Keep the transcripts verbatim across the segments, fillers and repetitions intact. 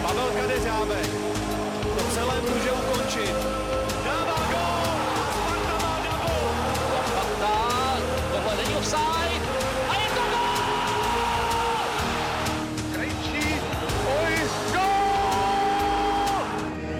Pavel Kadeřábek to celé může ukončit. Dává gól! Sparta má double! Sparta, tohle není offside a je to gól! Krejčí, oj, gól!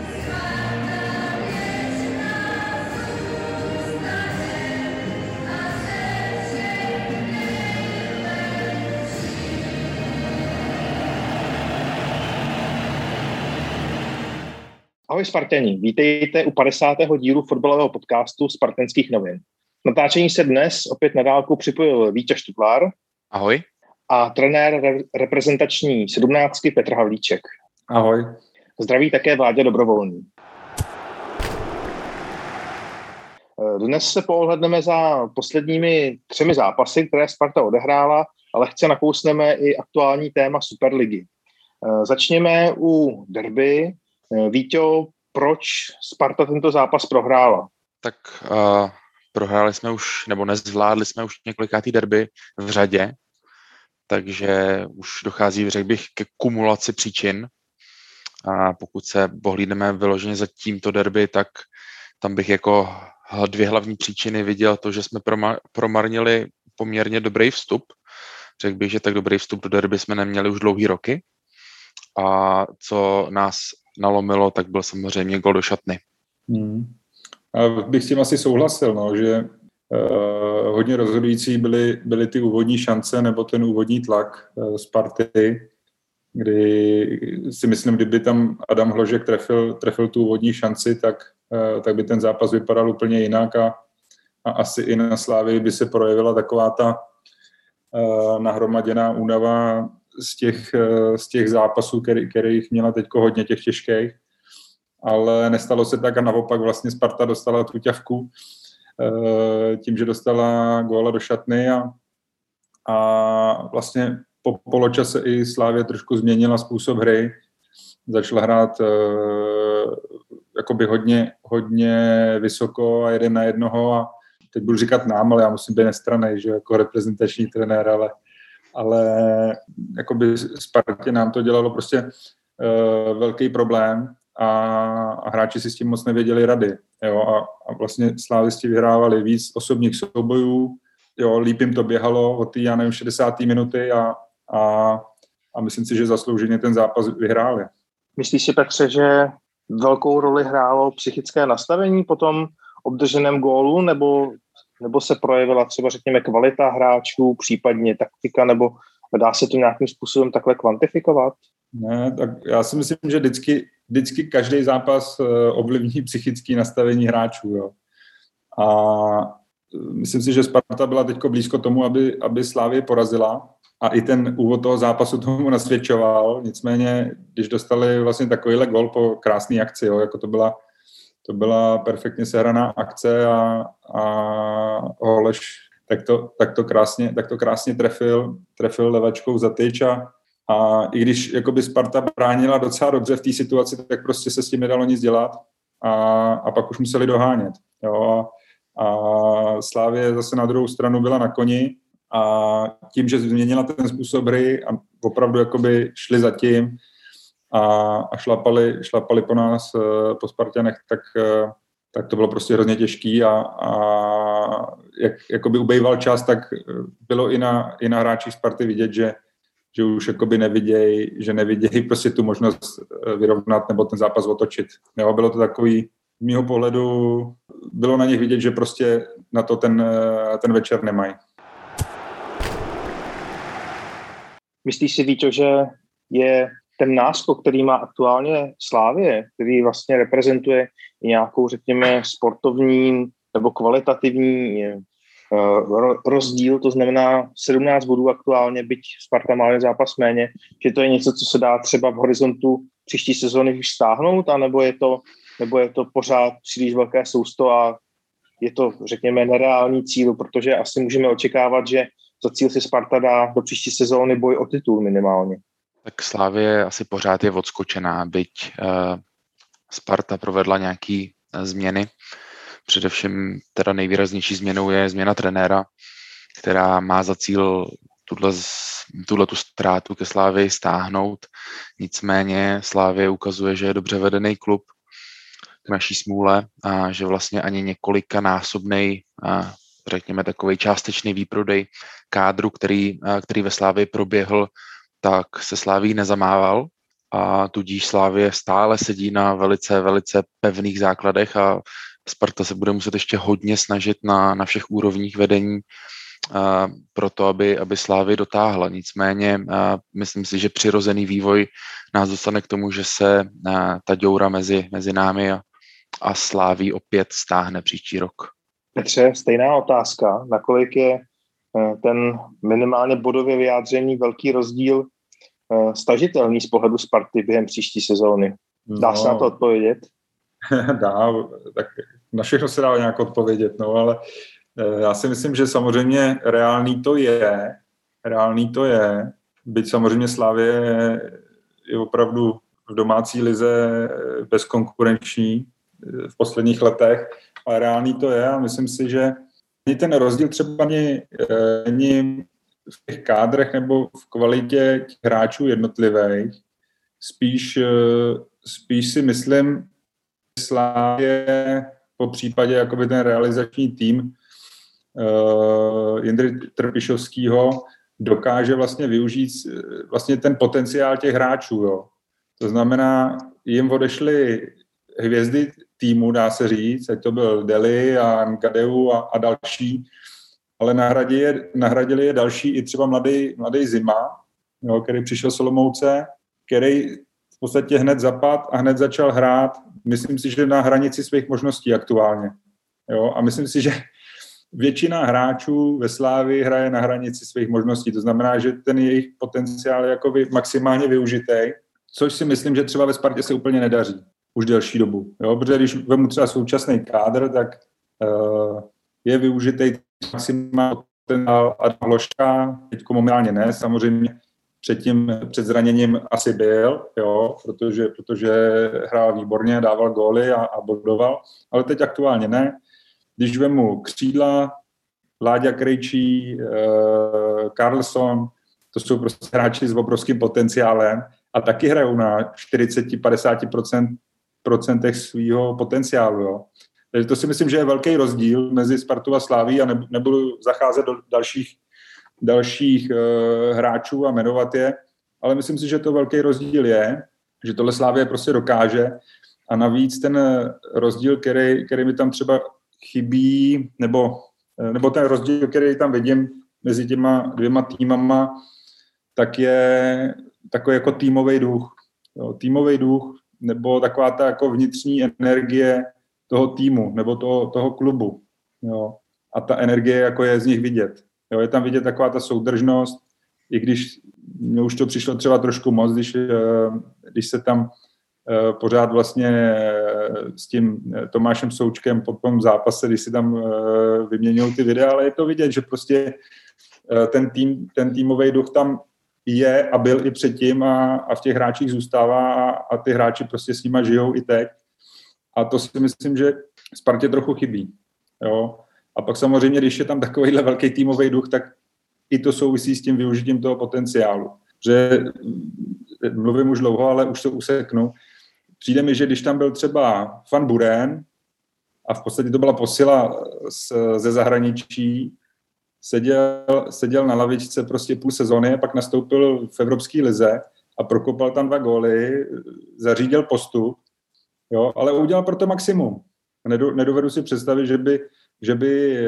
Ahoj Spartěni, vítejte u padesátého dílu fotbalového podcastu Spartanských novin. Natáčení se dnes opět na dálku připojil Víťa Štutlar. Ahoj. A trenér re- reprezentační sedmnáctky Petr Havlíček. Ahoj. Zdraví také Vláďa Dobrovolný. Dnes se poohledneme za posledními třemi zápasy, které Sparta odehrála, ale lehce nakousneme i aktuální téma Superligy. Začněme u derby. Víťo, proč Sparta tento zápas prohrála? Tak uh, prohráli jsme už, nebo nezvládli jsme už několikátý derby v řadě, takže už dochází, řekl bych, ke kumulaci příčin. A pokud se pohlídneme vyloženě za tímto derby, tak tam bych jako dvě hlavní příčiny viděl to, že jsme proma- promarnili poměrně dobrý vstup. Řekl bych, že tak dobrý vstup do derby jsme neměli už dlouhý roky. A co nás nalomilo, tak byl samozřejmě gol do šatny. Hmm. A bych s tím asi souhlasil, no, že uh, hodně rozhodující byly, byly ty úvodní šance nebo ten úvodní tlak uh, Sparty, kdy si myslím, kdyby tam Adam Hložek trefil, trefil tu úvodní šanci, tak, uh, tak by ten zápas vypadal úplně jinak a, a asi i na Slávii by se projevila taková ta uh, nahromaděná únava z těch, z těch zápasů, který, kterých měla teďko hodně těch těžkých, ale nestalo se tak a naopak vlastně Sparta dostala tu ťavku tím, že dostala góla do šatny a, a vlastně po poločase i Slavia trošku změnila způsob hry, začala hrát jakoby hodně, hodně vysoko a jeden na jednoho a teď budu říkat nám, ale já musím být nestrannej, že jako reprezentační trenér, ale ale jakoby Spartě nám to dělalo prostě uh, velký problém a, a hráči si s tím moc nevěděli rady. Jo? A, a vlastně slávisti vyhrávali víc osobních soubojů, jo, líp jim to běhalo od té, já nevím, šedesáté minuty a, a, a myslím si, že zaslouženě ten zápas vyhráli. Myslíš si, Petře, že velkou roli hrálo psychické nastavení po tom obdrženém gólu, nebo nebo se projevila třeba, řekněme, kvalita hráčů, případně taktika, nebo dá se to nějakým způsobem takhle kvantifikovat? Ne, tak já si myslím, že vždycky, vždycky každý zápas ovlivní psychické nastavení hráčů. Jo. A myslím si, že Sparta byla teďko blízko tomu, aby, aby Slavii porazila a i ten úvod toho zápasu tomu nasvědčoval. Nicméně, když dostali vlastně takovýhle gol po krásné akci, jo, jako to byla To byla perfektně sehraná akce a, a Holeš tak to, tak to krásně, tak to krásně trefil, trefil levačkou za tyč a, a i když jakoby Sparta bránila docela dobře v té situaci, tak prostě se s tím nedalo nic dělat a, a pak už museli dohánět. Jo, a, a Slavie zase na druhou stranu byla na koni a tím, že změnila ten způsob hry a opravdu jakoby šli za tím, a, a šlapali, šlapali po nás, po Spartanech, tak, tak to bylo prostě hrozně těžký a, a jak jakoby ubejval čas, tak bylo i na, i na hráčích Sparty vidět, že, že už jakoby nevidějí, že nevidějí prostě tu možnost vyrovnat nebo ten zápas otočit. Jo, bylo to takový, z mýho pohledu, bylo na nich vidět, že prostě na to ten, ten večer nemají. Myslíš si, Víťo, že je ten náskok, který má aktuálně Slavie, který vlastně reprezentuje nějakou, řekněme, sportovní nebo kvalitativní rozdíl, to znamená sedmnáct bodů aktuálně, byť Sparta má jeden zápas méně, že to je něco, co se dá třeba v horizontu příští sezóny už stáhnout, anebo je to, nebo je to pořád příliš velké sousto a je to, řekněme, nereální cíl, protože asi můžeme očekávat, že za cíl si Sparta dá do příští sezóny boj o titul minimálně. Tak Slavie asi pořád je odskočená, byť uh, Sparta provedla nějaký uh, změny. Především teda nejvýraznější změnou je změna trenéra, která má za cíl tuhle tu ztrátu ke Slavii stáhnout. Nicméně Slavie ukazuje, že je dobře vedený klub k naší smůle a že vlastně ani několikanásobnej, řekněme takovej částečný výprodej kádru, který, který ve Slavii proběhl, tak se Slavií nezamával a tudíž Slavie stále sedí na velice, velice pevných základech a Sparta se bude muset ještě hodně snažit na, na všech úrovních vedení uh, pro to, aby, aby Slavii dotáhla. Nicméně uh, myslím si, že přirozený vývoj nás dostane k tomu, že se uh, ta děura mezi, mezi námi a, a Slavií opět stáhne příští rok. Petře, stejná otázka. Nakolik je uh, ten minimálně bodově vyjádřený velký rozdíl uh, stažitelný z pohledu Sparty během příští sezóny? Dá no. se na to odpovědět? Dá, tak na všechno se dá nějak odpovědět, no, ale já si myslím, že samozřejmě reálný to je, reálný to je, byť samozřejmě Slavie je opravdu v domácí lize bezkonkurenční v posledních letech, ale reálný to je a myslím si, že ani ten rozdíl třeba ani, ani v těch kádrech nebo v kvalitě těch hráčů jednotlivých, spíš, spíš si myslím, Slavie po případě jakoby ten realizační tým uh, Jindry Trpišovského dokáže vlastně využít vlastně ten potenciál těch hráčů. Jo. To znamená, jim odešly hvězdy týmu, dá se říct, ať to byl Deli a Ngadeu a, a další, ale nahradili je, nahradili je další i třeba mladý, mladý Zima, jo, který přišel z Olomouce, který v podstatě hned zapad a hned začal hrát, myslím si, že na hranici svých možností aktuálně. Jo? A myslím si, že většina hráčů ve Slavii hraje na hranici svých možností. To znamená, že ten jejich potenciál je jakoby maximálně využitý, což si myslím, že třeba ve Spartě se úplně nedaří už delší dobu. Jo? Protože když vemu třeba současný kádr, tak uh, je využitý maximální potenciál a Hloška, teď momentálně ne, samozřejmě Předtím, před zraněním asi byl, jo, protože, protože hrál výborně, dával góly a, a bodoval, ale teď aktuálně ne. Když vemu křídla, Láďa Krejčí, eh, Carlson, to jsou prostě hráči s obrovským potenciálem a taky hrajou na čtyřicet až padesát procent svýho potenciálu. Jo. Takže to si myslím, že je velký rozdíl mezi Spartou a Slavií a nebudu zacházet do dalších dalších uh, hráčů a jmenovat je, ale myslím si, že to velký rozdíl je, že tohle Slavie prostě dokáže a navíc ten rozdíl, který, který mi tam třeba chybí, nebo, nebo ten rozdíl, který tam vidím mezi těma dvěma týmama, tak je takový jako týmový duch. Jo, týmový duch, nebo taková ta jako vnitřní energie toho týmu, nebo toho, toho klubu. Jo. A ta energie jako je z nich vidět. Jo, je tam vidět taková ta soudržnost, i když mně už to přišlo třeba trošku moc, když, když se tam pořád vlastně s tím Tomášem Součkem po tom zápase, když si tam vyměňují ty videa, ale je to vidět, že prostě ten, tým, ten týmový duch tam je a byl i předtím a, a v těch hráčích zůstává a, a ty hráči prostě s nima žijou i teď. A to si myslím, že Spartě trochu chybí. Jo. A pak samozřejmě, když je tam takovýhle velký týmový duch, tak i to souvisí s tím využitím toho potenciálu. Že mluvím už dlouho, ale už to useknu. Přijde mi, že když tam byl třeba Van Buren a v podstatě to byla posila z, ze zahraničí, seděl, seděl na lavičce prostě půl sezóny a pak nastoupil v Evropské lize a prokopal tam dva góly, zařídil postup, jo, ale udělal pro to maximum. Nedovedu si představit, že by že by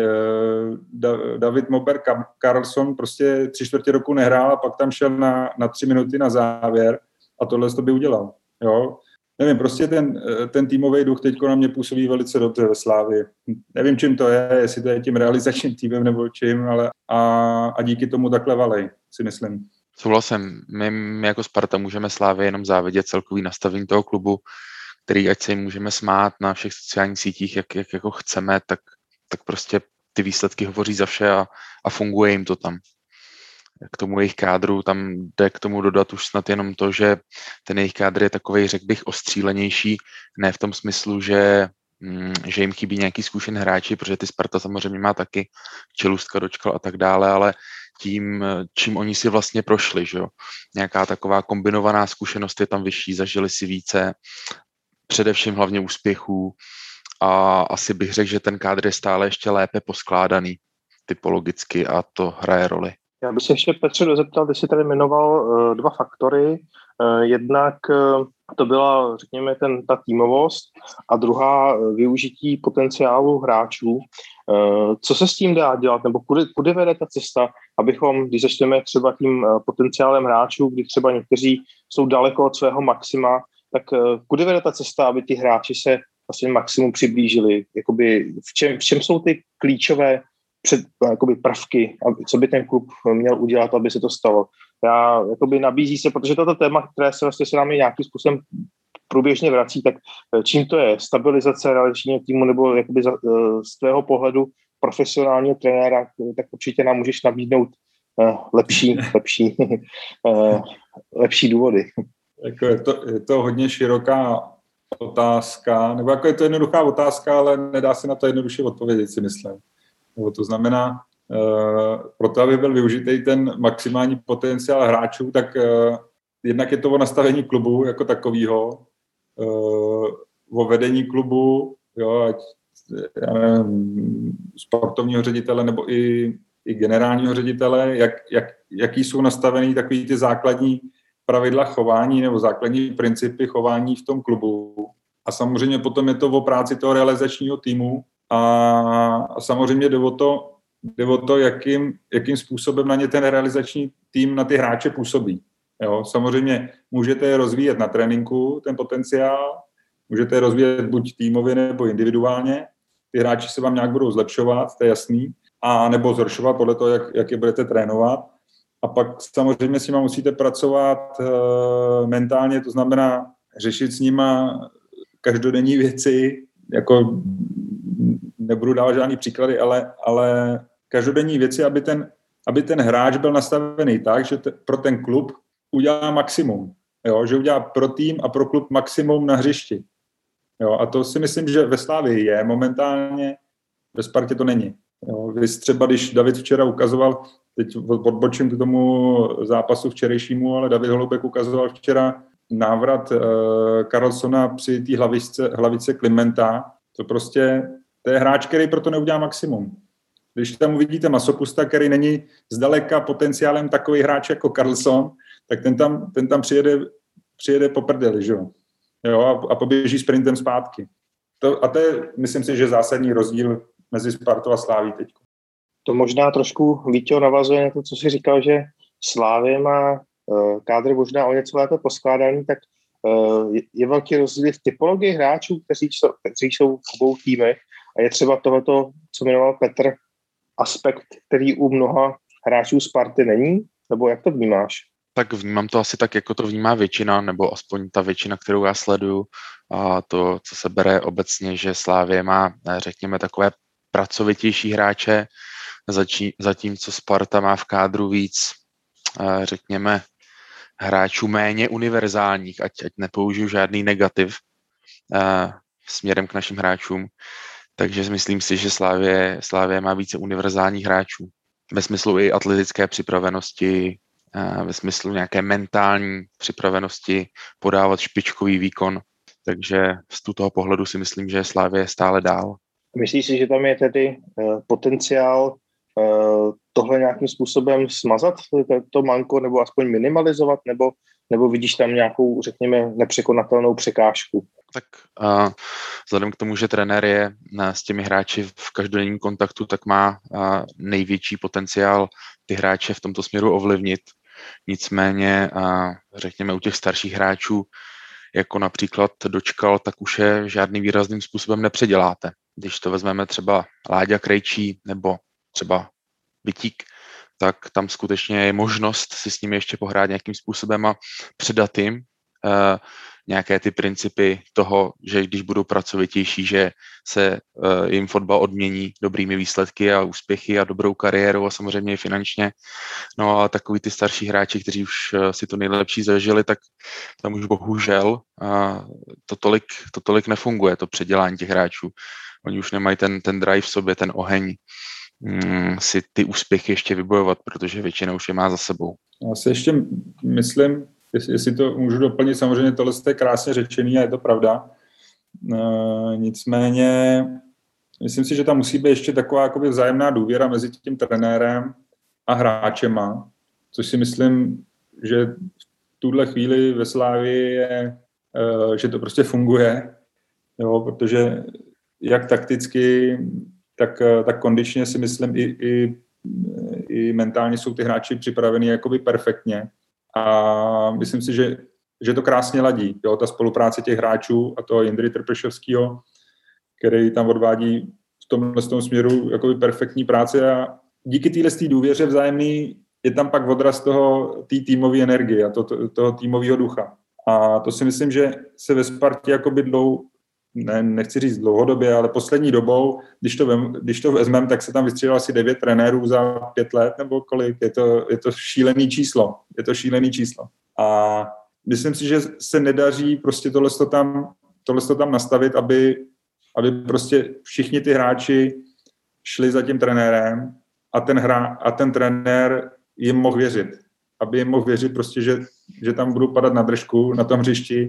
David Mober Carlson prostě tři čtvrtě roku nehrál a pak tam šel na, na tři minuty na závěr a tohle to by udělal. Jo? Nevím, prostě ten, ten týmový duch teďko na mě působí velice dobře ve Slavii. Nevím, čím to je, jestli to je tím realizačním týmem nebo čím, ale a, a díky tomu takhle valej, si myslím. Souhlasím. My, my jako Sparta můžeme Slavii jenom závidět celkový nastavení toho klubu, který ať se jim můžeme smát na všech sociálních sítích, jak, jak jako chceme, tak tak prostě ty výsledky hovoří za vše a, a funguje jim to tam. K tomu jejich kádru tam jde k tomu dodat už snad jenom to, že ten jejich kádr je takovej, řekl bych, ostřílenější, ne v tom smyslu, že že jim chybí nějaký zkušený hráči, protože ty Sparta samozřejmě má taky Čelůstka, Dočkal a tak dále, ale tím, čím oni si vlastně prošli, že jo. Nějaká taková kombinovaná zkušenost je tam vyšší, zažili si více, především hlavně úspěchů a asi bych řekl, že ten kádr je stále ještě lépe poskládaný typologicky a to hraje roli. Já bych se ještě, Petře, dozeptal, ty jsi tady jmenoval uh, dva faktory. Uh, jednak uh, to byla, řekněme, ten, ta týmovost a druhá uh, využití potenciálu hráčů. Uh, co se s tím dá dělat, nebo kudy, kudy vede ta cesta, abychom, když začneme třeba tím uh, potenciálem hráčů, kdy třeba někteří jsou daleko od svého maxima, tak uh, kudy vede ta cesta, aby ti hráči se vlastně maximu přiblížili? Jakoby v čem, v čem jsou ty klíčové před, jakoby prvky, co by ten klub měl udělat, aby se to stalo. Já, jakoby nabízí se, protože toto téma, které se vlastně se nám nějakým způsobem průběžně vrací, tak čím to je? Stabilizace realizačního týmu nebo jakoby za, z tvého pohledu profesionálního trenéra, tak určitě nám můžeš nabídnout uh, lepší, lepší, uh, lepší důvody. Jako je, to, je to hodně široká otázka, nebo jako je to jednoduchá otázka, ale nedá se na to jednoduše odpovědět, si myslím. To znamená, uh, proto, aby byl využitý ten maximální potenciál hráčů, tak uh, jednak je to o nastavení klubu jako takového, uh, o vedení klubu, jo, ať, já nevím, sportovního ředitele nebo i, i generálního ředitele, jak, jak, jaký jsou nastavený takový ty základní pravidla chování nebo základní principy chování v tom klubu. A samozřejmě potom je to o práci toho realizačního týmu, a samozřejmě jde o to, jde o to jakým, jakým způsobem na ně ten realizační tým, na ty hráče působí. Jo, samozřejmě můžete je rozvíjet na tréninku, ten potenciál, můžete je rozvíjet buď týmově nebo individuálně, ty hráči se vám nějak budou zlepšovat, to je jasný, a nebo zhoršovat podle toho, jak, jak je budete trénovat. A pak samozřejmě s nima musíte pracovat e, mentálně, to znamená řešit s nima každodenní věci, jako nebudu dávat žádný příklady, ale, ale každodenní věci, aby ten, aby ten hráč byl nastavený tak, že te, pro ten klub udělá maximum. Jo? Že udělá pro tým a pro klub maximum na hřišti. Jo? A to si myslím, že ve Slavii je momentálně, ve Spartě to není. Jo? Vy třeba, když David včera ukazoval, teď odbočím k tomu zápasu včerejšímu, ale David Holoubek ukazoval včera návrat uh, Karlsona při té hlavičce, hlavice Klimenta. To prostě, to je hráč, který proto neudělá maximum. Když tam uvidíte Masopusta, který není zdaleka potenciálem takový hráč jako Karlsson, tak ten tam, ten tam přijede, přijede po prdeli, že jo? Jo, a, a poběží sprintem zpátky. To, a to je, myslím si, že zásadní rozdíl mezi Spartou a Slaví teď. To možná trošku, Víťo, navazuje na to, co jsi říkal, že Slavie má uh, kádr možná o něco lépe poskládaný, tak uh, je, je velký rozdíl v typologii hráčů, kteří jsou, kteří jsou v obou týmech, a je třeba tohleto, co jmenoval Petr, aspekt, který u mnoha hráčů Sparty není? Nebo jak to vnímáš? Tak vnímám to asi tak, jako to vnímá většina, nebo aspoň ta většina, kterou já sleduju. A to, co se bere obecně, že Slavie má, řekněme, takové pracovitější hráče, zatímco Sparta má v kádru víc, řekněme, hráčů méně univerzálních, ať, ať nepoužiju žádný negativ směrem k našim hráčům. Takže myslím si, že Slavie, Slavie má více univerzálních hráčů. Ve smyslu i atletické připravenosti, ve smyslu nějaké mentální připravenosti, podávat špičkový výkon. Takže z toho pohledu si myslím, že Slavie je stále dál. Myslíš si, že tam je tedy uh, potenciál uh, tohle nějakým způsobem smazat, to, to manko, nebo aspoň minimalizovat, nebo, nebo vidíš tam nějakou, řekněme, nepřekonatelnou překážku? Tak uh, vzhledem k tomu, že trenér je uh, s těmi hráči v každodenním kontaktu, tak má uh, největší potenciál ty hráče v tomto směru ovlivnit. Nicméně, uh, řekněme, u těch starších hráčů, jako například Dočkal, tak už je žádným výrazným způsobem nepředěláte. Když to vezmeme třeba Láďa Krejčí nebo třeba Vitík, tak tam skutečně je možnost si s nimi ještě pohrát nějakým způsobem a předat jim uh, nějaké ty principy toho, že když budou pracovitější, že se uh, jim fotbal odmění dobrými výsledky a úspěchy a dobrou kariérou a samozřejmě i finančně. No a takový ty starší hráči, kteří už uh, si to nejlepší zažili, tak tam už bohužel uh, to, tolik, to tolik nefunguje, to předělání těch hráčů. Oni už nemají ten, ten drive v sobě, ten oheň um, si ty úspěchy ještě vybojovat, protože většina už je má za sebou. Já si ještě myslím, jestli, jestli to můžu doplnit, samozřejmě tohle je krásně řečený a je to pravda. E, nicméně myslím si, že tam musí být ještě taková jakoby vzájemná důvěra mezi tím trenérem a hráčema, což si myslím, že v tuhle chvíli ve Slávii je, e, že to prostě funguje, jo, protože jak takticky, tak, tak kondičně si myslím i, i, i mentálně jsou ty hráči připraveni jakoby perfektně. A myslím si, že, že to krásně ladí, jo, ta spolupráce těch hráčů a toho Jindry Trpešovského, který tam odvádí v tomhle tom směru jakoby perfektní práce a díky téhle důvěře vzájemný je tam pak odraz toho tý týmové energie a to, to, toho týmového ducha. A to si myslím, že se ve Spartě jakoby dlou, ne, nechci říct dlouhodobě, ale poslední dobou, když to, vem, když to vezmeme, tak se tam vystřídalo asi devět trenérů za pět let, nebo kolik, je to, je to šílený číslo, je to šílený číslo. A myslím si, že se nedaří prostě tohle tam, tohle tam nastavit, aby, aby prostě všichni ty hráči šli za tím trenérem a ten, hra, a ten trenér jim mohl věřit. Aby jim mohl věřit prostě, že, že tam budou padat na držku na tom hřišti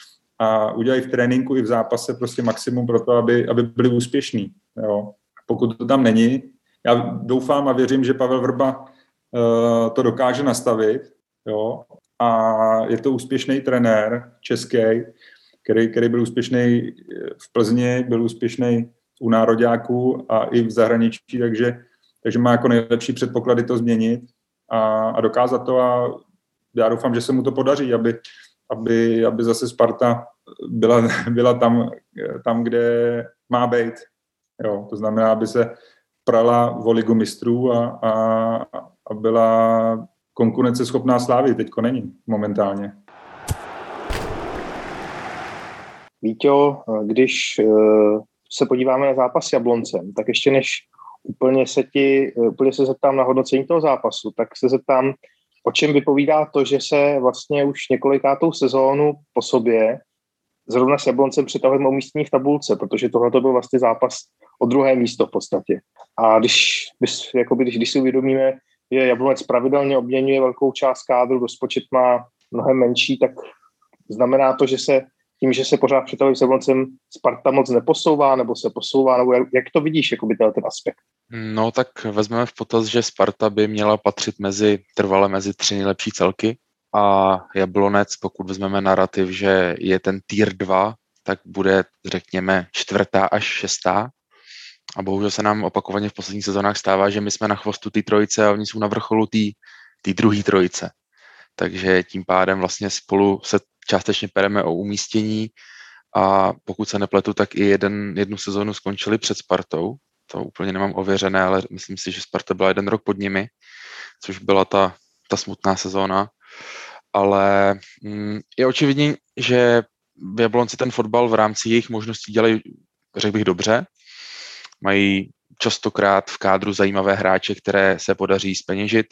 a udělají v tréninku i v zápase prostě maximum pro to, aby, aby byli úspěšní. Jo. Pokud to tam není, já doufám a věřím, že Pavel Vrba uh, to dokáže nastavit, jo. A je to úspěšný trenér český, který, který byl úspěšný v Plzni, byl úspěšný u nároďáků a i v zahraničí, takže, takže má jako nejlepší předpoklady to změnit a, a dokázat to a já doufám, že se mu to podaří, aby Aby, aby zase Sparta byla, byla tam, tam, kde má být. Jo, to znamená, aby se prala o ligu mistrů a, a, a byla konkurenceschopná Slávy. Teďko není momentálně. Víťo, když se podíváme na zápas s Jabloncem, tak ještě než úplně se, ti, úplně se zeptám na hodnocení toho zápasu, tak se zeptám, o čem vypovídá to, že se vlastně už několikátou sezónu po sobě zrovna s Jabloncem přetahujeme umístění v tabulce, protože tohle to byl vlastně zápas o druhé místo v podstatě. A když, jakoby, když, když si uvědomíme, že Jablonec pravidelně obměňuje velkou část kádru, rozpočet má mnohem menší, tak znamená to, že se tím, že se pořád přetahuje s Jabloncem, Sparta moc neposouvá, nebo se posouvá, nebo jak, jak to vidíš, jakoby ten aspekt? No tak vezmeme v potaz, že Sparta by měla patřit mezi, trvale mezi tři nejlepší celky a Jablonec, pokud vezmeme narrativ, že je ten tier dva, tak bude, řekněme, čtvrtá až šestá. A bohužel se nám opakovaně v posledních sezónách stává, že my jsme na chvostu té trojice a oni jsou na vrcholu té druhé trojice. Takže tím pádem vlastně spolu se částečně pereme o umístění a pokud se nepletu, tak i jeden, jednu sezónu skončili před Spartou. To úplně nemám ověřené, ale myslím si, že Sparta byla jeden rok pod nimi, což byla ta, ta smutná sezóna. Ale mm, je očividně, že v Jablonci ten fotbal v rámci jejich možností dělají, řekl bych, dobře. Mají častokrát v kádru zajímavé hráče, které se podaří zpeněžit,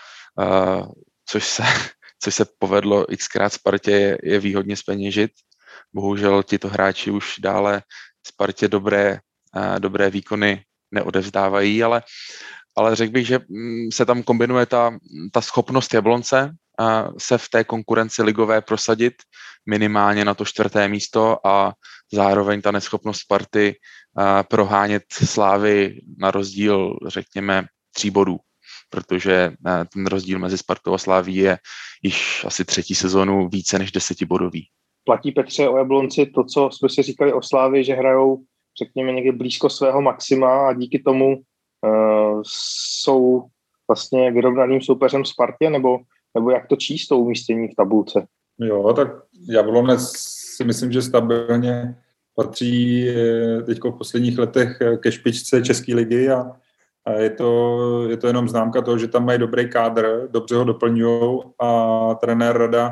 uh, což se, což se povedlo xkrát Spartě je, je výhodně zpeněžit. Bohužel tito hráči už dále Spartě dobré, uh, dobré výkony neodevzdávají, ale, ale řekl bych, že se tam kombinuje ta, ta schopnost Jablonce uh, se v té konkurenci ligové prosadit minimálně na to čtvrté místo a zároveň ta neschopnost Sparty uh, prohánět Slávy na rozdíl, řekněme, tří bodů, protože uh, ten rozdíl mezi Spartou a Sláví je již asi třetí sezonu více než desetibodový. Platí, Petře, o Jablonci to, co jsme si říkali o Slávii, že hrajou, řekněme, někde blízko svého maxima a díky tomu uh, jsou vlastně vyrovnaným soupeřem Spartě, nebo, nebo jak to číst to umístění v tabulce? Jo, tak Jablonec si myslím, že stabilně patří teď v posledních letech ke špičce České ligy a, a je, to, je to jenom známka toho, že tam mají dobrý kádr, dobře ho doplňují a trenér Rada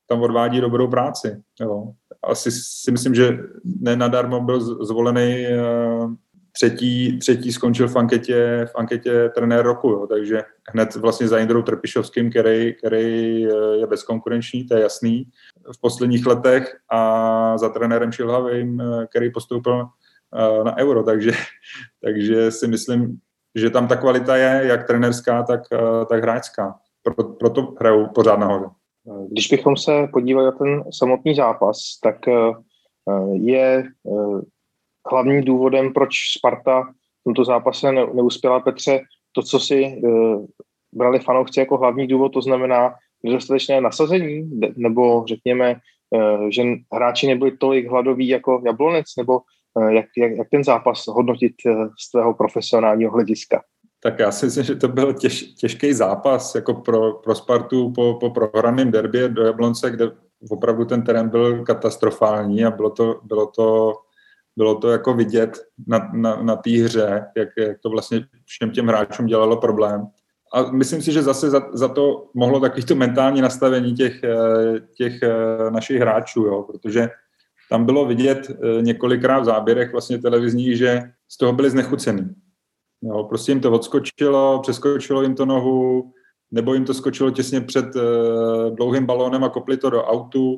tam odvádí dobrou práci. Jo. Asi si myslím, že nenadarmo byl zvolený třetí, třetí skončil v anketě, v anketě trenér roku, jo. Takže hned vlastně za Jindrou Trpišovským, který, který je bezkonkurenční, to je jasný v posledních letech, a za trenérem Šilhavým, který postoupil na Euro, takže, takže si myslím, že tam ta kvalita je jak trenérská, tak, tak hráčská. Proto, proto hrajou pořád nahoře. Když bychom se podívali na ten samotný zápas, tak je hlavním důvodem, proč Sparta v tomto zápase neuspěla, Petře, to, co si brali fanoušci jako hlavní důvod, to znamená nedostatečné nasazení, nebo řekněme, že hráči nebyli tolik hladoví jako Jablonec, nebo jak, jak, jak ten zápas hodnotit z tvého profesionálního hlediska? Tak já si myslím, že to byl těž, těžký zápas jako pro, pro Spartu po, po prohraném derbě do Jablonce, kde opravdu ten terén byl katastrofální a bylo to, bylo to, bylo to jako vidět na, na, na té hře, jak, jak to vlastně všem těm hráčům dělalo problém. A myslím si, že zase za, za to mohlo takový to mentální nastavení těch, těch našich hráčů, jo, protože tam bylo vidět několikrát v záběrech vlastně televizních, že z toho byli znechucený. Jo, prostě jim to odskočilo, přeskočilo jim to nohu, nebo jim to skočilo těsně před uh, dlouhým balónem a kopli to do autu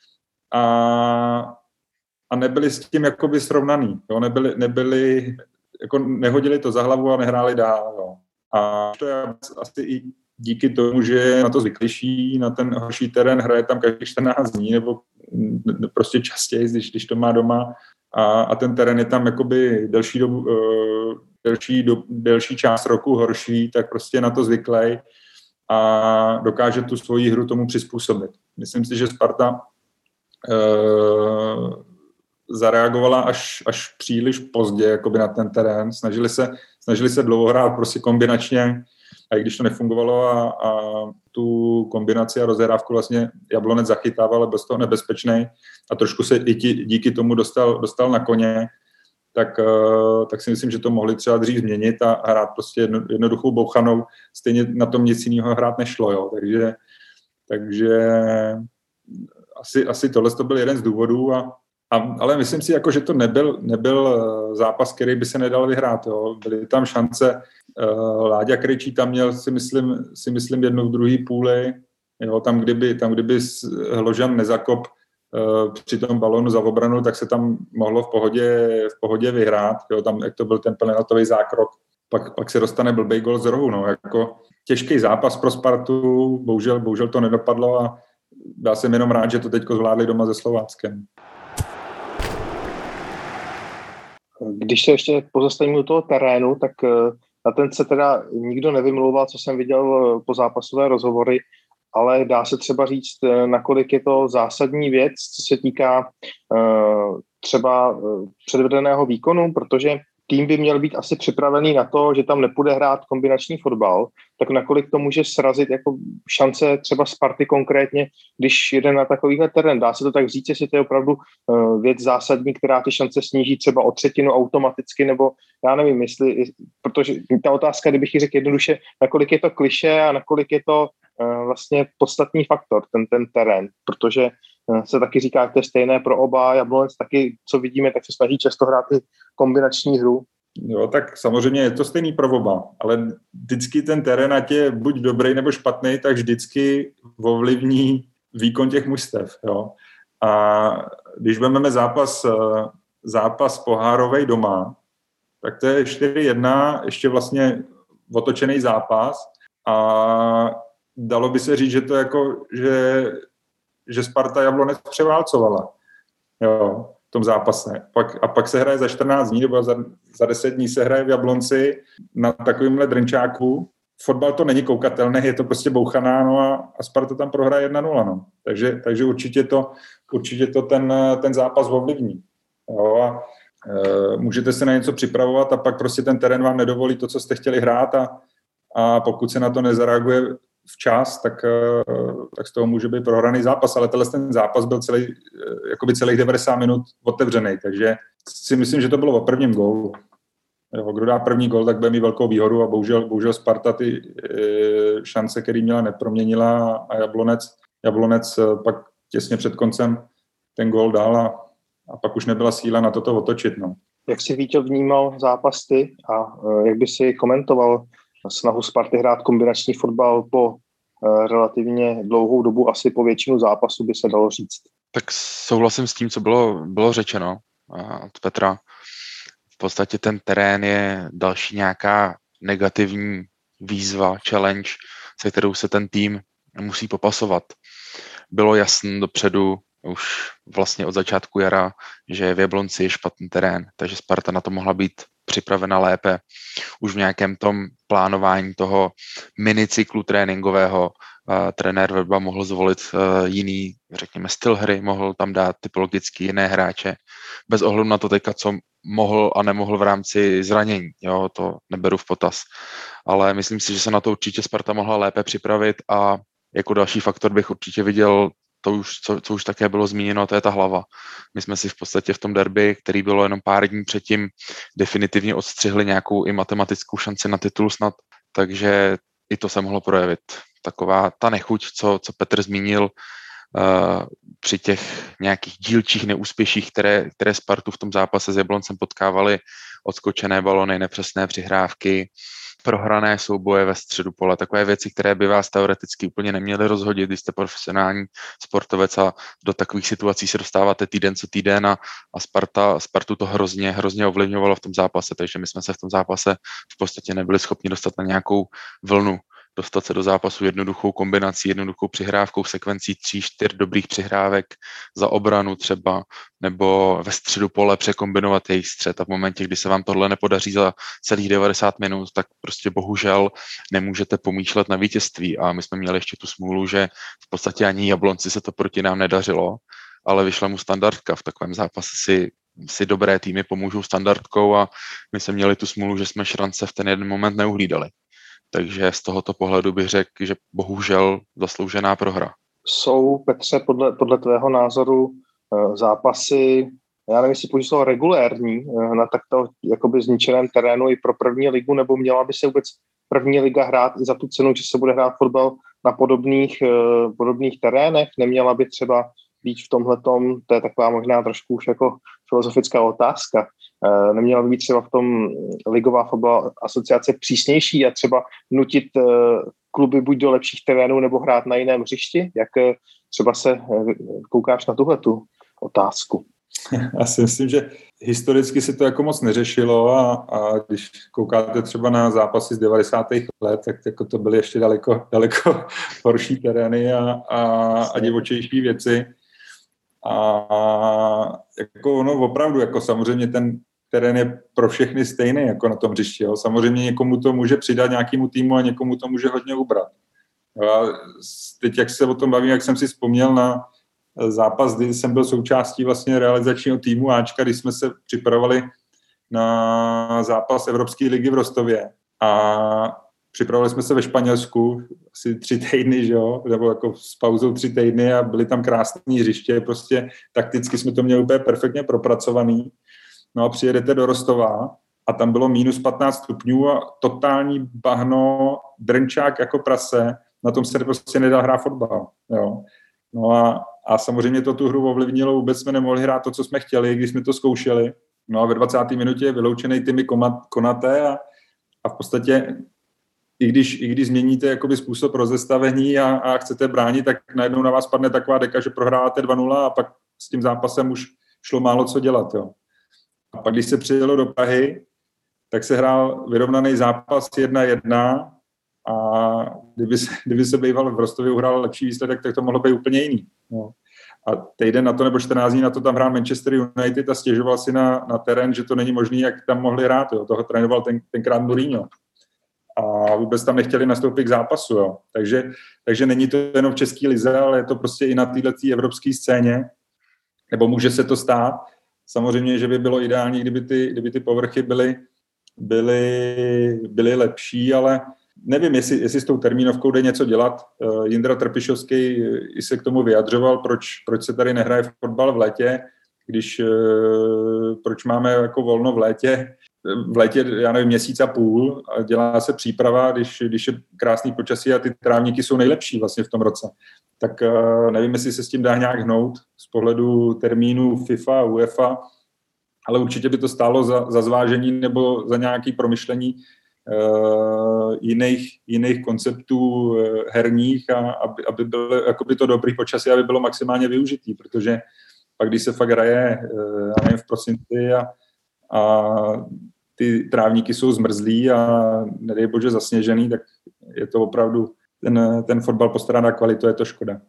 a, a nebyli s tím jakoby srovnaný. Jo, nebyli, nebyli, jako nehodili to za hlavu a nehráli dál. Jo. A to je asi i díky tomu, že je na to zvyklejší, na ten horší terén, hraje tam každých čtrnáct dní, nebo prostě častěji, když, když to má doma. A, a ten terén je tam jakoby delší dobu, uh, delší, do, delší část roku horší, tak prostě na to zvyklý a dokáže tu svoji hru tomu přizpůsobit. Myslím si, že Sparta uh, zareagovala až, až příliš pozdě jakoby na ten terén. Snažili se, snažili se dlouho hrát prostě kombinačně, a i když to nefungovalo a, a tu kombinaci a rozehrávku vlastně Jablonec zachytával, byl z toho nebezpečný a trošku se i tí, díky tomu dostal, dostal na koně, tak, uh, tak si myslím, že to mohli třeba dřív změnit a hrát prostě jedno, jednoduchou bouchanou. Stejně na tom nic jiného hrát nešlo, jo. Takže, takže asi, asi tohle to byl jeden z důvodů, a, a, ale myslím si, jako, že to nebyl, nebyl zápas, který by se nedal vyhrát. Jo. Byly tam šance. Uh, Láďa Krejčí tam měl, si myslím, si myslím jednu v druhé půli. Jo, tam, kdyby, tam, kdyby Hložan nezakop uh, při tom balónu za obranu, tak se tam mohlo v pohodě, v pohodě vyhrát. Jo, tam, jak to byl ten penaltový zákrok, pak, pak se dostane blbej gol z rohu. No. Jako těžký zápas pro Spartu, bohužel, bohužel to nedopadlo a dá jsem jenom rád, že to teď zvládli doma se Slováckem. Když se ještě pozastavím u toho terénu, tak na ten se teda nikdo nevymlouval, co jsem viděl po zápasové rozhovory, ale dá se třeba říct, nakolik je to zásadní věc, co se týká uh, třeba uh, předvedeného výkonu, protože tým by měl být asi připravený na to, že tam nepůjde hrát kombinační fotbal, tak nakolik to může srazit jako šance třeba Sparty konkrétně, když jede na takovýhle terén. Dá se to tak říct, jestli to je opravdu uh, věc zásadní, která ty šance sníží třeba o třetinu automaticky, nebo já nevím, jestli, protože ta otázka, kdybych ji řekl jednoduše, nakolik je to klišé a nakolik je to uh, vlastně podstatný faktor, ten, ten terén, protože uh, se taky říká, že to je stejné pro oba. Jablonec taky, co vidíme, tak se snaží často hrát i kombinační hru. Jo, tak samozřejmě je to stejný pro oba, ale vždycky ten terén, ať je buď dobrý nebo špatný, tak vždycky ovlivní výkon těch mužstev. Jo. A když vezmeme zápas, zápas pohárovej doma, tak to je čtyři jedna, ještě vlastně otočený zápas a dalo by se říct, že to jako, že, že Sparta Jablonec převálcovala. Jo. V tom zápase. Pak, a pak se hraje za čtrnáct dní, nebo za, za deset dní se hraje v Jablonci na takovýmhle drnčáku. Fotbal to není koukatelné, je to prostě bouchaná, no a, a Sparta tam prohraje jedna nula. No. Takže, takže určitě to, určitě to ten, ten zápas ovlivní. Jo, a, e, můžete se na něco připravovat a pak prostě ten terén vám nedovolí to, co jste chtěli hrát a, a pokud se na to nezareaguje včas, tak, tak z toho může být prohraný zápas, ale tenhle ten zápas byl celý, jakoby celých devadesát minut otevřený, takže si myslím, že to bylo o prvním gólu. Jo, kdo dá první gól, tak bude mít velkou výhodu a bohužel, bohužel Sparta ty e, šance, který měla, neproměnila a Jablonec, Jablonec pak těsně před koncem ten gól dal a, a pak už nebyla síla na toto otočit. No. Jak jsi, Víťo, vnímal zápas ty a uh, jak by si komentoval snahu Sparty hrát kombinační fotbal po uh, relativně dlouhou dobu, asi po většinu zápasu by se dalo říct? Tak souhlasím s tím, co bylo, bylo řečeno od Petra. V podstatě ten terén je další nějaká negativní výzva, challenge, se kterou se ten tým musí popasovat. Bylo jasné dopředu, už vlastně od začátku jara, že v Jablonci je špatný terén, takže Sparta na to mohla být připravena lépe. Už v nějakém tom plánování toho minicyklu tréninkového uh, trenér Vrba mohl zvolit uh, jiný, řekněme, styl hry, mohl tam dát typologicky jiné hráče, bez ohledu na to teďka, co mohl a nemohl v rámci zranění. Jo, to neberu v potaz. Ale myslím si, že se na to určitě Sparta mohla lépe připravit a jako další faktor bych určitě viděl to už, co, co už také bylo zmíněno, to je ta hlava. My jsme si v podstatě v tom derby, který bylo jenom pár dní předtím, definitivně odstřihli nějakou i matematickou šanci na titul snad, takže i to se mohlo projevit. Taková ta nechuť, co, co Petr zmínil uh, při těch nějakých dílčích neúspěších, které, které Spartu v tom zápase s Jabloncem potkávaly, odskočené balony, nepřesné přihrávky, prohrané souboje ve středu pole, takové věci, které by vás teoreticky úplně neměly rozhodit, když jste profesionální sportovec a do takových situací se dostáváte týden co týden a, a Sparta, Spartu to hrozně, hrozně ovlivňovalo v tom zápase, takže my jsme se v tom zápase v podstatě nebyli schopni dostat na nějakou vlnu, dostat se do zápasu jednoduchou kombinací, jednoduchou přihrávkou, sekvencí tří, čtyř dobrých přihrávek za obranu třeba, nebo ve středu pole překombinovat jejich střed a v momentě, kdy se vám tohle nepodaří za celých devadesát minut, tak prostě bohužel nemůžete pomýšlet na vítězství a my jsme měli ještě tu smůlu, že v podstatě ani Jablonci se to proti nám nedařilo, ale vyšla mu standardka. V takovém zápase si, si dobré týmy pomůžou standardkou a my jsme měli tu smůlu, že jsme šrance v ten jeden moment neuhlídali. Takže z tohoto pohledu bych řekl, že bohužel zasloužená prohra. Jsou, Petře, podle, podle tvého názoru zápasy, já nevím, jestli použil regulérní, na takto jakoby zničeném terénu i pro první ligu, nebo měla by se vůbec první liga hrát i za tu cenu, že se bude hrát fotbal na podobných, podobných terénech? Neměla by třeba být v tomhletom, to je taková možná trošku už jako filozofická otázka, neměla by být třeba v tom ligová fotbalová asociace přísnější a třeba nutit kluby buď do lepších terénů nebo hrát na jiném hřišti? Jak třeba se koukáš na tuhletu otázku? Já si myslím, že historicky se to jako moc neřešilo a, a když koukáte třeba na zápasy z devadesátých let, tak jako to byly ještě daleko, daleko horší terény a, a, a divočejší věci. A jako ono opravdu, jako samozřejmě ten terén je pro všechny stejný jako na tom hřišti. Jo. Samozřejmě někomu to může přidat nějakému týmu a někomu to může hodně ubrat. Jo. A teď, jak se o tom bavím, jak jsem si vzpomněl na zápas, kdy jsem byl součástí vlastně realizačního týmu Ačka, když jsme se připravovali na zápas Evropské ligy v Rostově. A připravovali jsme se ve Španělsku asi tři týdny, že jo, nebo jako s pauzou tři týdny a byly tam krásné hřiště, prostě takticky jsme to měli úplně perfektně propracovaný. No a přijedete do Rostova a tam bylo minus patnáct stupňů a totální bahno, drnčák jako prase, na tom se prostě nedá hrát fotbal, jo. No a, a samozřejmě to tu hru ovlivnilo, vůbec jsme nemohli hrát to, co jsme chtěli, když jsme to zkoušeli. No a ve dvacáté minutě je vyloučený Timi Konaté a, a v podstatě i když, i když změníte jakoby způsob rozestavení a, a chcete bránit, tak najednou na vás padne taková deka, že prohráváte dva nula a pak s tím zápasem už šlo málo co dělat. Jo. A pak, když se přijelo do Prahy, tak se hrál vyrovnaný zápas jedna jedna a kdyby se, kdyby se býval v Rostově uhrál lepší výsledek, tak to mohlo být úplně jiný. Jo. A týden na to nebo čtrnáct dní na to tam hrál Manchester United a stěžoval si na, na terén, že to není možný, jak tam mohli hrát. Jo. Toho trénoval ten, tenkrát Mourinho. A vůbec tam nechtěli nastoupit k zápasu. Jo. Takže, takže není to jenom v české lize, ale je to prostě i na této evropské scéně. Nebo může se to stát. Samozřejmě, že by bylo ideální, kdyby ty, kdyby ty povrchy byly, byly, byly lepší, ale nevím, jestli, jestli s tou termínovkou jde něco dělat. Jindra Trpišovský i se k tomu vyjadřoval, proč, proč se tady nehraje fotbal v létě, když proč máme jako volno v létě. v létě, já nevím, měsíc a půl a dělá se příprava, když, když je krásný počasí a ty trávníky jsou nejlepší vlastně v tom roce. Tak nevím, jestli se s tím dá nějak hnout z pohledu termínu FIFA a UEFA, ale určitě by to stálo za, za zvážení nebo za nějaké promyšlení uh, jiných, jiných konceptů uh, herních, a aby, aby bylo jakoby to dobrý počasí, aby bylo maximálně využitý, protože pak, když se fakt hraje, uh, já nevím, v prosinci a, a ty trávníky jsou zmrzlí a nedej bože zasněžený, tak je to opravdu, ten, ten fotbal postrádá kvalitu, je to škoda.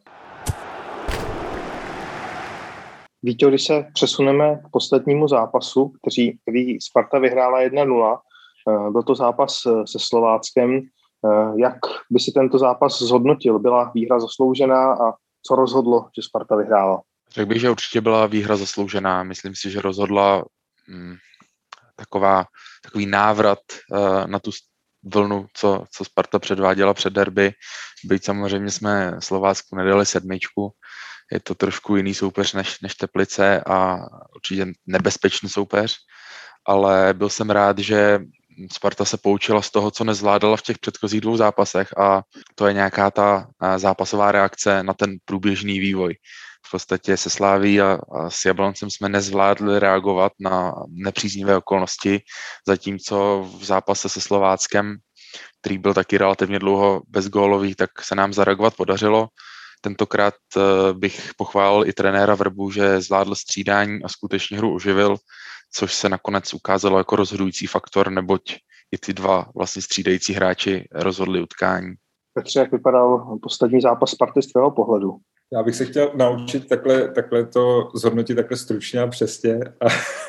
Víte, když se přesuneme k poslednímu zápasu, který, který Sparta vyhrála jedna nula, byl to zápas se Slováckem. Jak by si tento zápas zhodnotil? Byla výhra zasloužená a co rozhodlo, že Sparta vyhrála? Řekl bych, že určitě byla výhra zasloužená. Myslím si, že rozhodla hm, taková, takový návrat uh, na tu vlnu, co, co Sparta předváděla před derby. Byť samozřejmě jsme Slovácku nedali sedmičku. Je to trošku jiný soupeř než, než Teplice a určitě nebezpečný soupeř, ale byl jsem rád, že Sparta se poučila z toho, co nezvládala v těch předchozích dvou zápasech, a to je nějaká ta zápasová reakce na ten průběžný vývoj. V podstatě se Sláví a, a s Jabloncem jsme nezvládli reagovat na nepříznivé okolnosti, zatímco v zápase se Slováckem, který byl taky relativně dlouho bezgólový, tak se nám zareagovat podařilo. Tentokrát bych pochválil i trenéra Vrbu, že zvládl střídání a skutečně hru oživil, což se nakonec ukázalo jako rozhodující faktor, neboť i ty dva vlastně střídající hráči rozhodli utkání. Petře, jak vypadal poslední zápas Sparty z tvého pohledu? Já bych se chtěl naučit takhle, takhle to zhodnotit takhle stručně a přesně. A,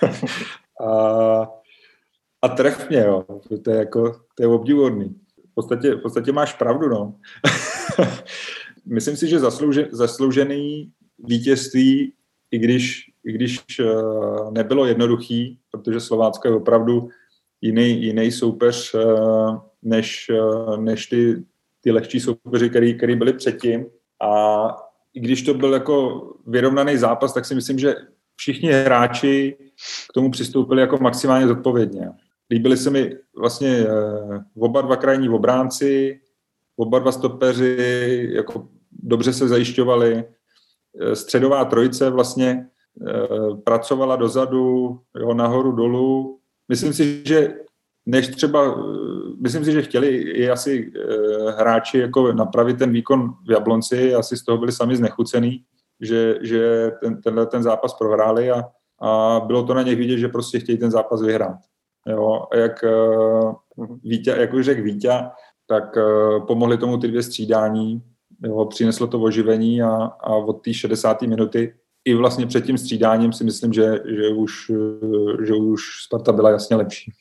a, a tref mě, jo. To je jako, to je obdivuhodný. V podstatě, v podstatě máš pravdu, no. Myslím si, že zaslouže, zasloužený vítězství, i když, i když uh, nebylo jednoduchý, protože Slovácko je opravdu jiný, jiný soupeř uh, než, uh, než ty, ty lehčí soupeři, který, který byli předtím. A i když to byl jako vyrovnaný zápas, tak si myslím, že všichni hráči k tomu přistoupili jako maximálně zodpovědně. Líbili se mi vlastně uh, oba dva krajní obránci, oba dva stopeři jako dobře se zajišťovali. Středová trojice vlastně e, pracovala dozadu, jo, nahoru, dolů. Myslím si, že než třeba, myslím si, že chtěli i asi e, hráči jako napravit ten výkon v Jablonci, asi z toho byli sami znechucený, že, že ten, tenhle ten zápas prohráli a, a bylo to na něch vidět, že prostě chtějí ten zápas vyhrát. Jo, a jak, e, Vítě, jak už řekl Vítě, tak uh, pomohly tomu ty dvě střídání, jo, přineslo to oživení a, a od té šedesáté minuty i vlastně před tím střídáním si myslím, že, že, už, uh, že už Sparta byla jasně lepší.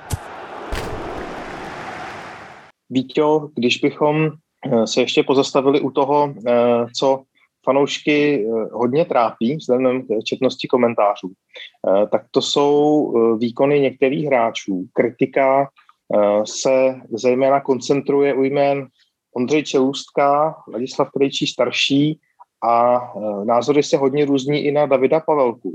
Víťo, když bychom se ještě pozastavili u toho, co fanoušky hodně trápí vzhledem k četnosti komentářů, tak to jsou výkony některých hráčů. Kritika se zejména koncentruje u jmén Ondřej Čelůstka, Ladislav Krejčí starší a názory se hodně různí i na Davida Pavelku.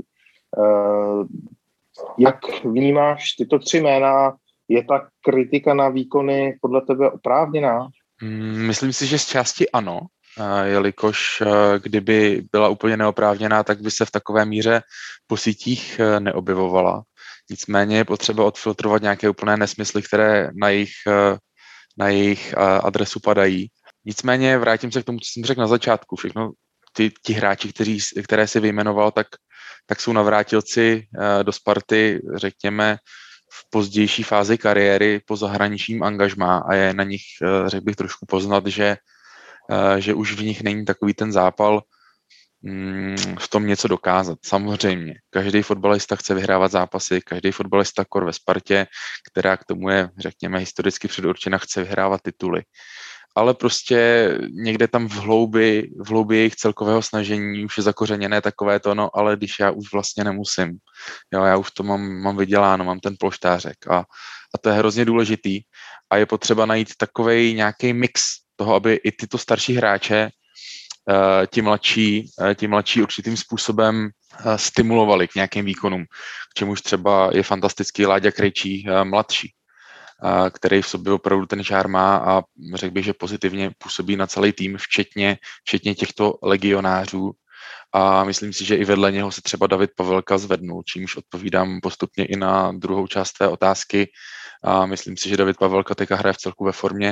Jak vnímáš tyto tři jména? Je ta kritika na výkony podle tebe oprávněná? Myslím si, že z části ano, jelikož kdyby byla úplně neoprávněná, tak by se v takové míře po sítích neobjevovala. Nicméně je potřeba odfiltrovat nějaké úplné nesmysly, které na jejich, na jejich adresu padají. Nicméně vrátím se k tomu, co jsem řekl na začátku. Všechno ty, ti hráči, kteří, které si vyjmenoval, tak, tak jsou navrátilci do Sparty, řekněme, v pozdější fázi kariéry po zahraničním angažmá a je na nich, řekl bych, trošku poznat, že, že už v nich není takový ten zápal v tom něco dokázat. Samozřejmě, každý fotbalista chce vyhrávat zápasy, každý fotbalista kor ve Spartě, která k tomu je, řekněme, historicky předurčena, chce vyhrávat tituly. Ale prostě někde tam v hloubi, v hloubi jejich celkového snažení už je zakořeněné takové to, no ale když já už vlastně nemusím. Jo, já už to mám, mám vyděláno, mám ten polštářek a, a to je hrozně důležitý a je potřeba najít takovej nějaký mix toho, aby i tyto starší hráče ti mladší, ti mladší určitým způsobem stimulovali k nějakým výkonům, k čemuž třeba je fantastický Láďa Krejčí mladší, který v sobě opravdu ten žár má a řekl bych, že pozitivně působí na celý tým, včetně, včetně těchto legionářů. A myslím si, že i vedle něho se třeba David Pavelka zvednul, čímž odpovídám postupně i na druhou část té otázky. A myslím si, že David Pavelka teďka hraje v celku ve formě.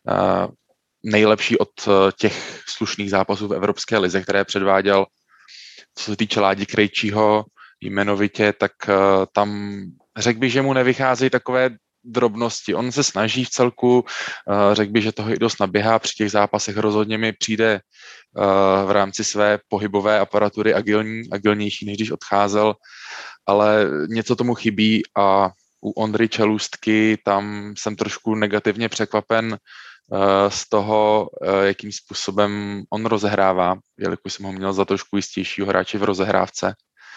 Nejlepší od těch slušných zápasů v Evropské lize, které předváděl. Co se týče Ládi Krejčího jmenovitě, tak tam řekl bych, že mu nevycházejí takové drobnosti. On se snaží v celku, řekl bych, že toho i dost naběhá při těch zápasech. Rozhodně mi přijde v rámci své pohybové aparatury agilní, agilnější, než když odcházel, ale něco tomu chybí a u Ondry Čelůstky tam jsem trošku negativně překvapen z toho, jakým způsobem on rozehrává, jelikož jsem ho měl za trošku jistějšího hráče v rozehrávce.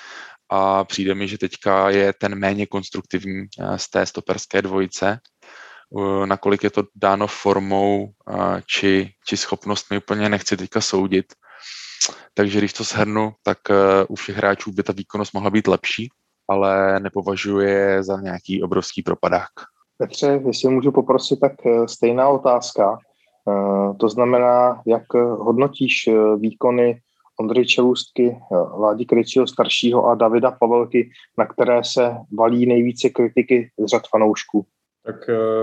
A přijde mi, že teďka je ten méně konstruktivní z té stoperské dvojice. Nakolik je to dáno formou či, či schopnostmi, úplně nechci teďka soudit. Takže když to shrnu, tak u všech hráčů by ta výkonnost mohla být lepší, ale nepovažuji je za nějaký obrovský propadák. Petře, jestli můžu poprosit, tak stejná otázka. To znamená, jak hodnotíš výkony Ondry Čelůstky, Ládi Krejčího staršího a Davida Pavelky, na které se valí nejvíce kritiky z řad fanoušků? Tak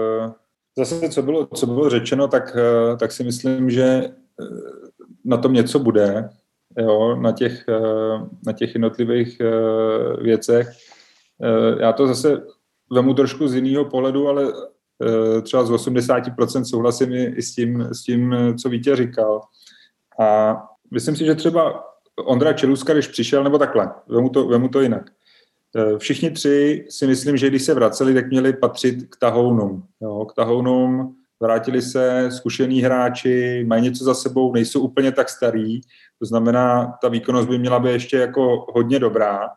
zase, co bylo, co bylo řečeno, tak, tak si myslím, že na tom něco bude, jo, na těch, na těch jednotlivých věcech. Já to zase vemu trošku z jiného pohledu, ale třeba z osmdesát procent souhlasím i s tím, s tím, co Vítě říkal. A myslím si, že třeba Ondra Čelůstka, když přišel, nebo takhle, vemu to, vemu to jinak. Všichni tři si myslím, že když se vraceli, tak měli patřit k tahounům. Jo, k tahounům vrátili se zkušení hráči, mají něco za sebou, nejsou úplně tak starý, to znamená, ta výkonnost by měla být ještě jako hodně dobrá.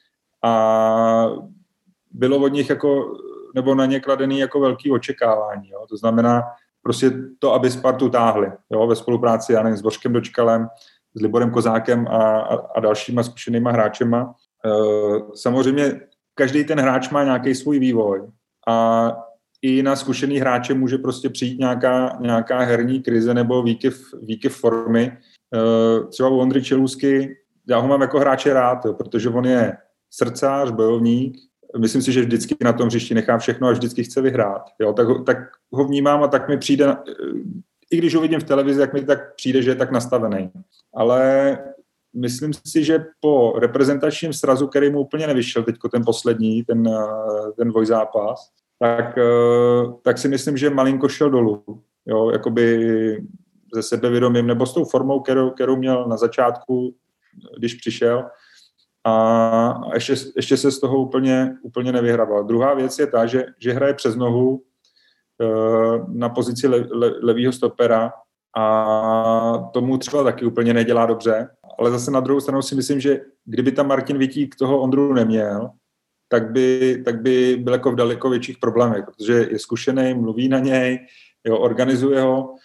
A bylo od nich jako, nebo na ně kladený jako velký očekávání. Jo. To znamená, prostě to, aby Spartu táhli, jo, ve spolupráci, já nevím, s Bořkem Dočkalem, s Liborem Kozákem a, a, a dalšíma zkušenýma hráčema. E, samozřejmě každý ten hráč má nějaký svůj vývoj a i na zkušený hráče může prostě přijít nějaká, nějaká herní krize nebo výkyv, výkyv formy. E, třeba u Ondry Čelůstky, já ho mám jako hráče rád, jo, protože on je srdcář, bojovník. Myslím si, že vždycky na tom hřišti nechá všechno a vždycky chce vyhrát. Jo, tak, ho, tak ho vnímám a tak mi přijde, i když ho vidím v televizi, jak mi tak přijde, že je tak nastavený. Ale myslím si, že po reprezentačním srazu, který mu úplně nevyšel, teďko ten poslední, ten, ten dvojzápas, tak, tak si myslím, že malinko šel dolů. Jo, jakoby se sebevědomím nebo s tou formou, kterou, kterou měl na začátku, když přišel. A ještě, ještě se z toho úplně, úplně nevyhrával. Druhá věc je ta, že, že hraje přes nohu e, na pozici le, le, levýho stopera a tomu třeba taky úplně nedělá dobře. Ale zase na druhou stranu si myslím, že kdyby tam Martin Vitík toho Ondru neměl, tak by, tak by byl jako v daleko větších problémech, protože je zkušený, mluví na něj, jo, organizuje ho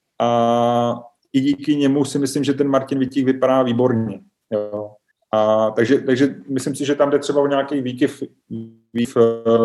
a i díky němu si myslím, že ten Martin Vitík vypadá výborně. Jo. A takže, takže myslím si, že tam jde třeba o nějaký výkyv. výkyv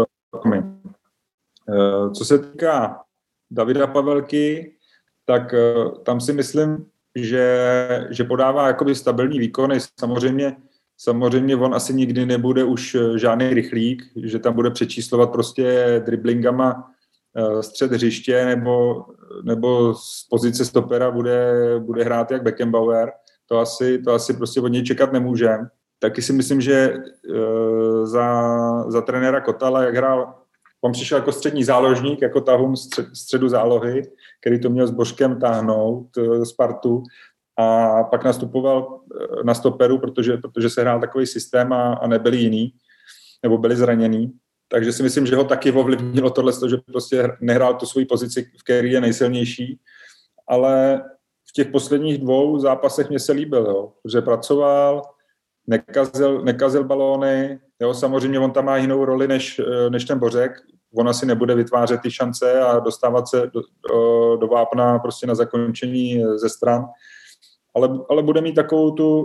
Co se týká Davida Pavelky, tak tam si myslím, že, že podává jakoby stabilní výkony. Samozřejmě, samozřejmě on asi nikdy nebude už žádný rychlík, že tam bude přečíslovat prostě driblingama střed hřiště nebo, nebo z pozice stopera bude, bude hrát jak Beckenbauer. To asi, to asi prostě od něj čekat nemůžeme. Taky si myslím, že e, za, za trenéra Kotala, jak hrál, on přišel jako střední záložník, jako tahun střed, středu zálohy, který to měl s Božkem táhnout e, Spartu a pak nastupoval e, na stoperu, protože, protože se hrál takový systém a, a nebyli jiný, nebo byli zranění. Takže si myslím, že ho taky ovlivnilo tohle, že prostě nehrál tu svoji pozici, v které je nejsilnější, ale v těch posledních dvou zápasech mě se líbil, jo, že pracoval, nekazil, nekazil balóny, jo, samozřejmě on tam má jinou roli než, než ten Bořek, on asi nebude vytvářet ty šance a dostávat se do, do, do vápna prostě na zakončení ze stran, ale, ale bude mít takovou tu,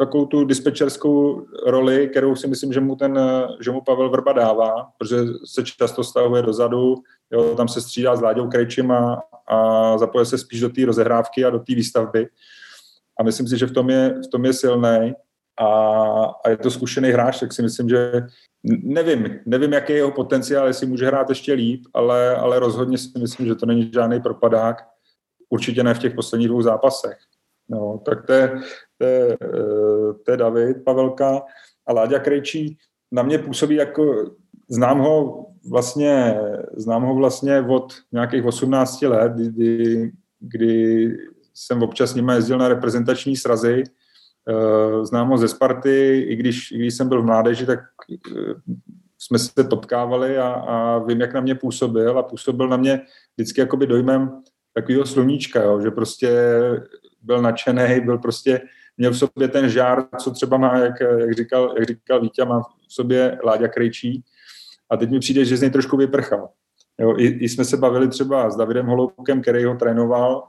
takovou tu dispečerskou roli, kterou si myslím, že mu, ten, že mu Pavel Vrba dává, protože se často stahuje dozadu, jo, tam se střídá s Láďou Krejčím a, a zapoje se spíš do té rozehrávky a do té výstavby. A myslím si, že v tom je, v tom je silnej a, a je to zkušený hráč, tak si myslím, že nevím, nevím, jaký je jeho potenciál, jestli může hrát ještě líp, ale, ale rozhodně si myslím, že to není žádný propadák, určitě ne v těch posledních dvou zápasech. No, tak to je, to, je, to je David Pavelka a Láďa Krejčí na mě působí jako, znám ho vlastně, znám ho vlastně od nějakých osmnácti let, kdy, kdy jsem občas s nimi jezdil na reprezentační srazy, znám ho ze Sparty, i když, i když jsem byl v mládeži, tak jsme se potkávali a, a vím, jak na mě působil a působil na mě vždycky jakoby dojmem takového sluníčka, jo, že prostě byl nadšený, byl prostě, měl v sobě ten žár, co třeba má, jak, jak, říkal, jak říkal Vítě, má v sobě Láďa Krejčí a teď mi přijde, že z něj trošku vyprchal. Jo, i, i jsme se bavili třeba s Davidem Holoubkem, který ho trénoval,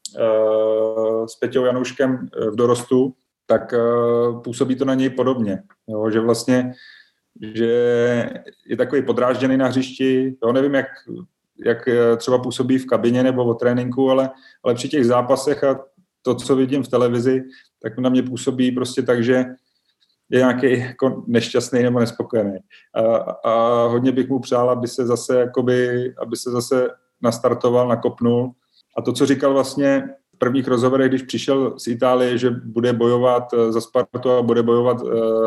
uh, s Peťou Janouškem v dorostu, tak uh, působí to na něj podobně, jo, že vlastně že je takový podrážděný na hřišti, jo, nevím, jak, jak třeba působí v kabině nebo o tréninku, ale, ale při těch zápasech a to, co vidím v televizi, tak na mě působí prostě tak, že je nějaký jako nešťastný nebo nespokojený. A, a hodně bych mu přál, aby se zase, jakoby, aby se zase nastartoval, nakopnul. A to, co říkal vlastně v prvních rozhovorech, když přišel z Itálie, že bude bojovat za Spartu a bude bojovat uh,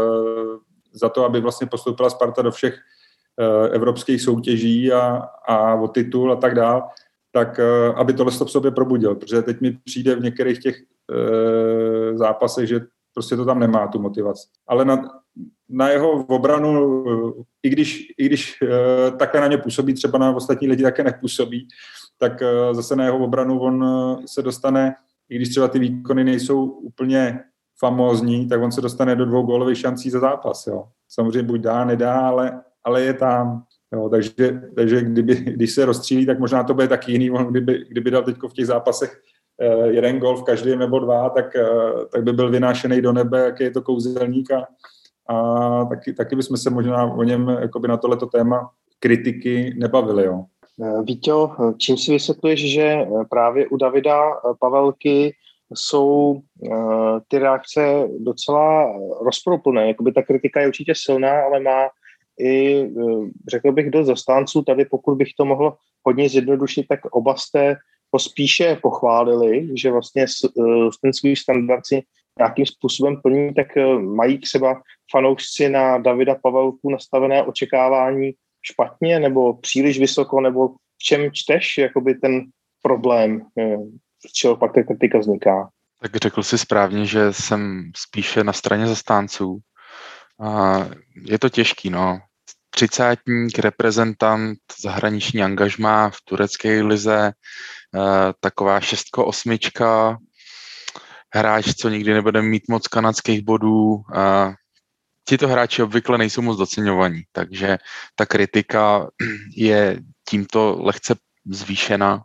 za to, aby vlastně postoupila Sparta do všech uh, evropských soutěží a, a o titul a tak dál, tak uh, aby tohle v sobě probudil, protože teď mi přijde v některých těch uh, zápasech, že prostě to tam nemá, tu motivaci. Ale na, na jeho obranu, uh, i když, i když uh, takhle na ně působí, třeba na ostatní lidi také nepůsobí, tak uh, zase na jeho obranu on uh, se dostane, i když třeba ty výkony nejsou úplně famózní, tak on se dostane do dvou gólových šancí za zápas. Jo. Samozřejmě buď dá, nedá, ale, ale je tam. Jo. Takže, takže kdyby, když se rozstřílí, tak možná to bude taky jiný. On kdyby, kdyby dal teď v těch zápasech uh, jeden gól v každém nebo dva, tak, uh, tak by byl vynášený do nebe, jaký je to kouzelník. A, a taky, taky bychom se možná o něm jakoby na tohleto téma kritiky nebavili. Jo. Víťo, čím si vysvětluješ, že právě u Davida Pavelky jsou uh, ty reakce docela rozporuplné. Jakoby ta kritika je určitě silná, ale má i, uh, řekl bych, dost zastánců. Tady, pokud bych to mohl hodně zjednodušit, tak oba jste ho spíše pochválili, že vlastně uh, ten svůj standard si nějakým způsobem plní, tak uh, mají třeba fanoušci na Davida Pavelku nastavené očekávání špatně nebo příliš vysoko, nebo v čem čteš jakoby ten problém, z čeho pak ta kritika vzniká? Tak řekl jsi správně, že jsem spíše na straně zastánců. A je to těžký, no. Třicátník, reprezentant, zahraniční angažmá v turecké lize, taková šestko, osmička, hráč, co nikdy nebude mít moc kanadských bodů. Tito hráči obvykle nejsou moc doceňovaní, takže ta kritika je tímto lehce zvýšena,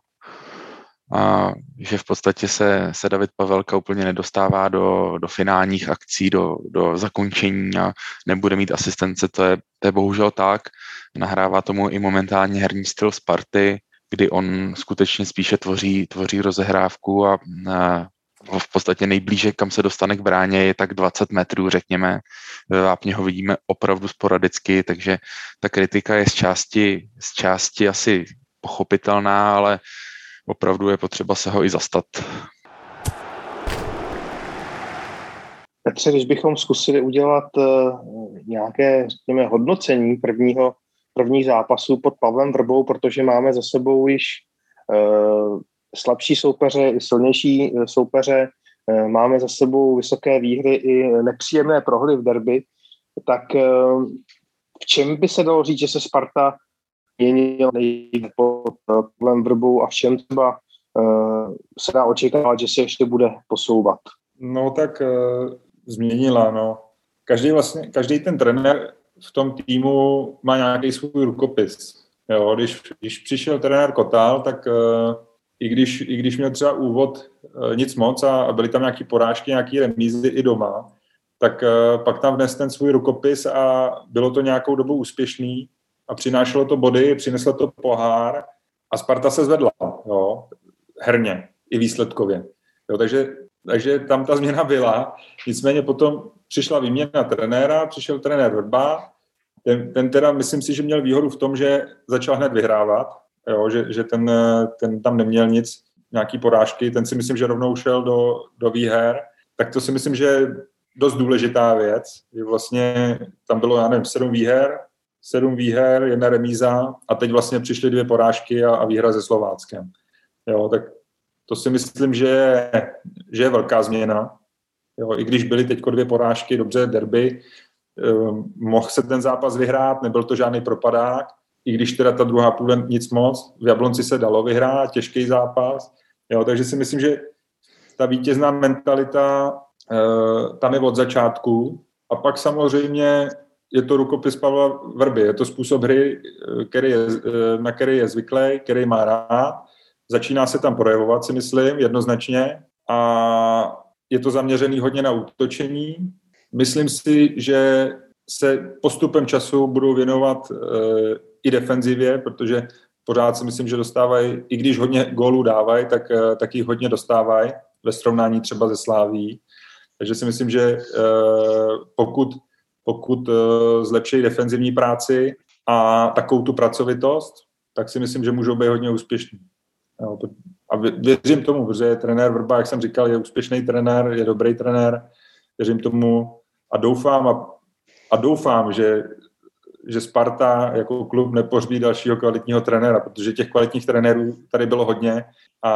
a že v podstatě se, se David Pavelka úplně nedostává do, do finálních akcí, do, do zakončení a nebude mít asistence, to je, to je bohužel tak. Nahrává tomu i momentálně herní styl Sparty, kdy on skutečně spíše tvoří, tvoří rozehrávku a, a v podstatě nejblíže, kam se dostane k bráně, je tak dvacet metrů, řekněme. Ve Vápně ho vidíme opravdu sporadicky, takže ta kritika je z části, z části asi pochopitelná, ale opravdu je potřeba se ho i zastat. Petře, když bychom zkusili udělat uh, nějaké, řekněme, hodnocení prvního, prvních zápasů pod Pavlem Vrbou, protože máme za sebou již uh, slabší soupeře i silnější soupeře, uh, máme za sebou vysoké výhry i nepříjemné prohry v derby, tak uh, v čem by se dalo říct, že se Sparta měnil nejvíc pod Pavlem Vrbou a v čem třeba uh, se dá očekávat, že se ještě bude posouvat? No tak uh, změnila, no. Každý vlastně, každý ten trenér v tom týmu má nějaký svůj rukopis. Jo, když, když přišel trenér Kotal, tak uh, i, když, i když měl třeba úvod uh, nic moc a, a byly tam nějaké porážky, nějaké remízy i doma, tak pak tam vnes ten svůj rukopis a bylo to nějakou dobu úspěšný a přinášelo to body, přineslo to pohár a Sparta se zvedla, jo, herně i výsledkově. Jo, takže, takže tam ta změna byla, nicméně potom přišla výměna trenéra, přišel trenér Vrba, ten, ten teda myslím si, že měl výhodu v tom, že začal hned vyhrávat, jo, že, že ten, ten tam neměl nic, nějaký porážky, ten si myslím, že rovnou šel do, do výher, tak to si myslím, že je dost důležitá věc, že vlastně tam bylo, já nevím, sedm výher, sedm výher, jedna remíza a teď vlastně přišly dvě porážky a, a výhra se Slováckem. Jo, tak to si myslím, že je, že je velká změna. Jo, i když byly teď dvě porážky, dobře, derby, um, mohl se ten zápas vyhrát, nebyl to žádný propadák, i když teda ta druhá půl nic moc, v Jablonci se dalo vyhrát, těžký zápas. Jo, takže si myslím, že ta vítězná mentalita uh, tam je od začátku a pak samozřejmě je to rukopis Pavla Vrby, je to způsob hry, který je, na který je zvyklý, který má rád. Začíná se tam projevovat, si myslím, jednoznačně a je to zaměřený hodně na útočení. Myslím si, že se postupem času budou věnovat e, i defenzivě, protože pořád si myslím, že dostávají, i když hodně gólů dávají, tak, e, tak jich hodně dostávají ve srovnání třeba ze Slaví. Takže si myslím, že e, pokud, pokud e, zlepší defenzivní práci a takovou tu pracovitost, tak si myslím, že můžou být hodně úspěšní. Jo, a věřím tomu, protože trenér Vrba, jak jsem říkal, je úspěšný trenér, je dobrý trenér, věřím tomu a doufám, a, a doufám, že, že Sparta jako klub nepořbí dalšího kvalitního trenéra, protože těch kvalitních trenérů tady bylo hodně a,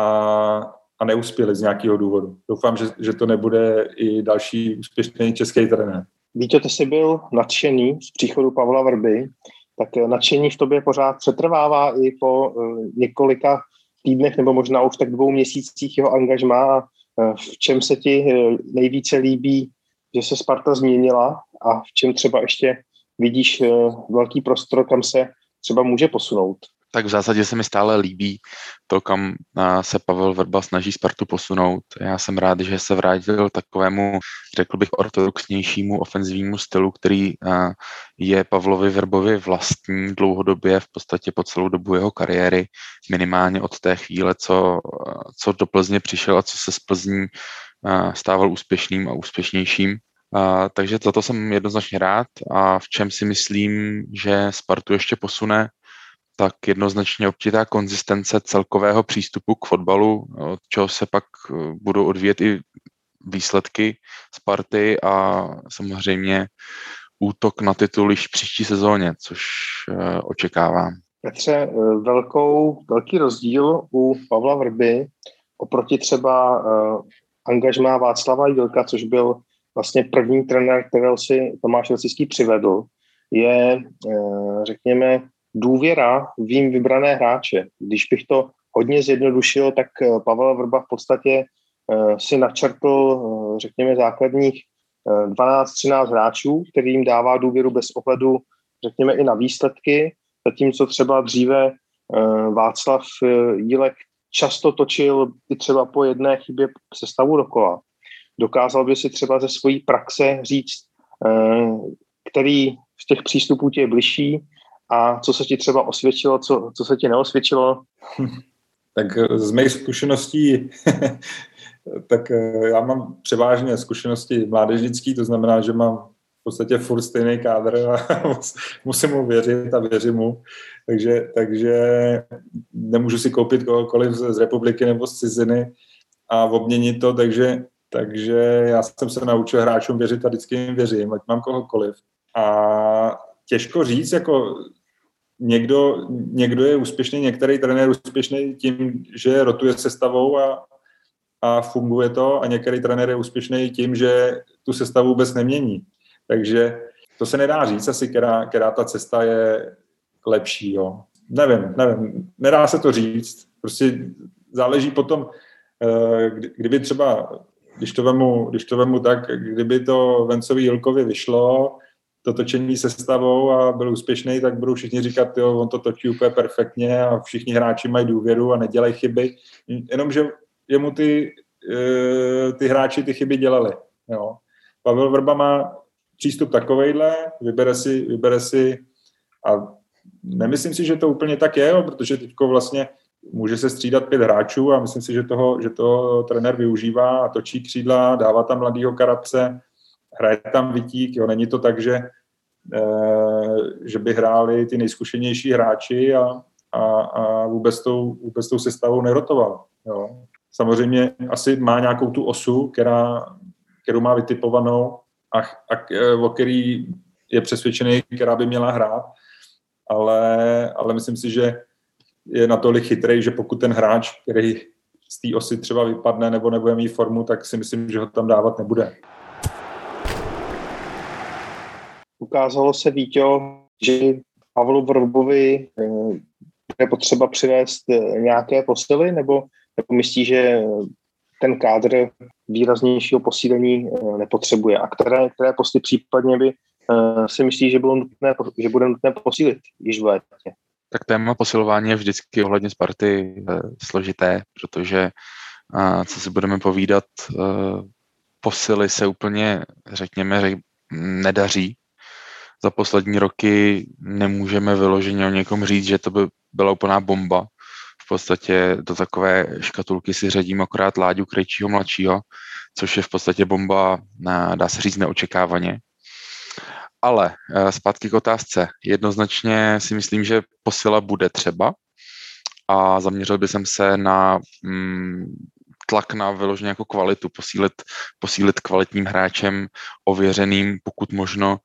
a neuspěli z nějakého důvodu. Doufám, že, že to nebude i další úspěšný český trenér. Víte, ty jsi byl nadšený z příchodu Pavla Vrby, tak nadšení v tobě pořád přetrvává i po uh, několika týdnech nebo možná už tak dvou měsících jeho angažmá. V čem se ti nejvíce líbí, že se Sparta změnila a v čem třeba ještě vidíš velký prostor, kam se třeba může posunout? Tak v zásadě se mi stále líbí to, kam se Pavel Vrba snaží Spartu posunout. Já jsem rád, že se vrátil takovému, řekl bych, ortodoxnějšímu ofenzivnímu stylu, který je Pavlovi Vrbovi vlastní dlouhodobě, v podstatě po celou dobu jeho kariéry, minimálně od té chvíle, co, co do Plzně přišel a co se z Plzní stával úspěšným a úspěšnějším. A, takže za to jsem jednoznačně rád a v čem si myslím, že Spartu ještě posune, tak jednoznačně určitá konzistence celkového přístupu k fotbalu, od čeho se pak budou odvíjet i výsledky Sparty a samozřejmě útok na titul již příští sezóně, což očekávám. Petře, velkou, velký rozdíl u Pavla Vrby oproti třeba uh, angažmá Václava Jílka, což byl vlastně první trenér, kterého si Tomáš Rosický přivedl, je, uh, řekněme, důvěra v jím vybrané hráče. Když bych to hodně zjednodušil, tak Pavel Vrba v podstatě uh, si načrtl, uh, řekněme, základních uh, dvanáct třináct hráčů, kterým dává důvěru bez ohledu, řekněme, i na výsledky, zatímco třeba dříve uh, Václav uh, Jílek často točil i třeba po jedné chybě sestavu dokola. Dokázal by si třeba ze svojí praxe říct, uh, který z těch přístupů tě je bližší, a co se ti třeba osvědčilo, co, co se ti neosvědčilo? Tak z mých zkušeností, tak já mám převážně zkušenosti mládežnický, to znamená, že mám v podstatě furt stejný kádr a musím mu věřit a věřím mu. Takže, takže nemůžu si koupit kohokoliv z republiky nebo z ciziny a obměnit to, takže, takže já jsem se naučil hráčům věřit a vždycky jim věřím, ať mám kohokoliv. A těžko říct, jako někdo, někdo je úspěšný, některý trenér úspěšný tím, že rotuje sestavou a, a funguje to a některý trenér je úspěšný tím, že tu sestavu vůbec nemění. Takže to se nedá říct asi, která, která ta cesta je lepší. Jo. Nevím, nevím, nedá se to říct. Prostě záleží potom, kdyby třeba, když to vemu, když to vemu tak, kdyby to Vencovi Jílkovi vyšlo, to točení sestavou a byl úspěšný, tak budou všichni říkat, jo, on to točí úplně perfektně a všichni hráči mají důvěru a nedělají chyby. Jenomže jemu ty, ty hráči ty chyby dělali. Jo. Pavel Vrba má přístup takovejhle, vybere si, vybere si a nemyslím si, že to úplně tak je, jo, protože teďko vlastně může se střídat pět hráčů a myslím si, že toho, že toho trenér využívá a točí křídla, dává tam mladýho Karabce, hraje tam Vitík, jo, není to tak, že, eh, že by hráli ty nejzkušenější hráči a, a, a vůbec, tou, vůbec tou sestavou nerotoval. Jo. Samozřejmě asi má nějakou tu osu, která, kterou má vytipovanou a, a o který je přesvědčený, která by měla hrát, ale, ale myslím si, že je natolik chytrej, že pokud ten hráč, který z té osy třeba vypadne nebo nebude mít formu, tak si myslím, že ho tam dávat nebude. Ukázalo se, Víťo, že Pavlu Vrbovi je potřeba přivést nějaké posily, nebo, nebo myslí, že ten kádr výraznějšího posílení nepotřebuje? A které, které posty případně by si myslí, že, bylo nutné, že bude nutné posílit již v létě? Tak téma posilování je vždycky ohledně Sparty eh, složité, protože eh, co si budeme povídat, eh, posily se úplně, řekněme, řek, nedaří. Za poslední roky nemůžeme vyloženě o někom říct, že to by byla úplná bomba. V podstatě do takové škatulky si řadím akorát Láďu Krejčího mladšího, což je v podstatě bomba, dá se říct, neočekávaně. Ale zpátky k otázce. Jednoznačně si myslím, že posila bude třeba a zaměřil bych se na mm, tlak na vyloženě jako kvalitu, posílit, posílit kvalitním hráčem ověřeným, pokud možno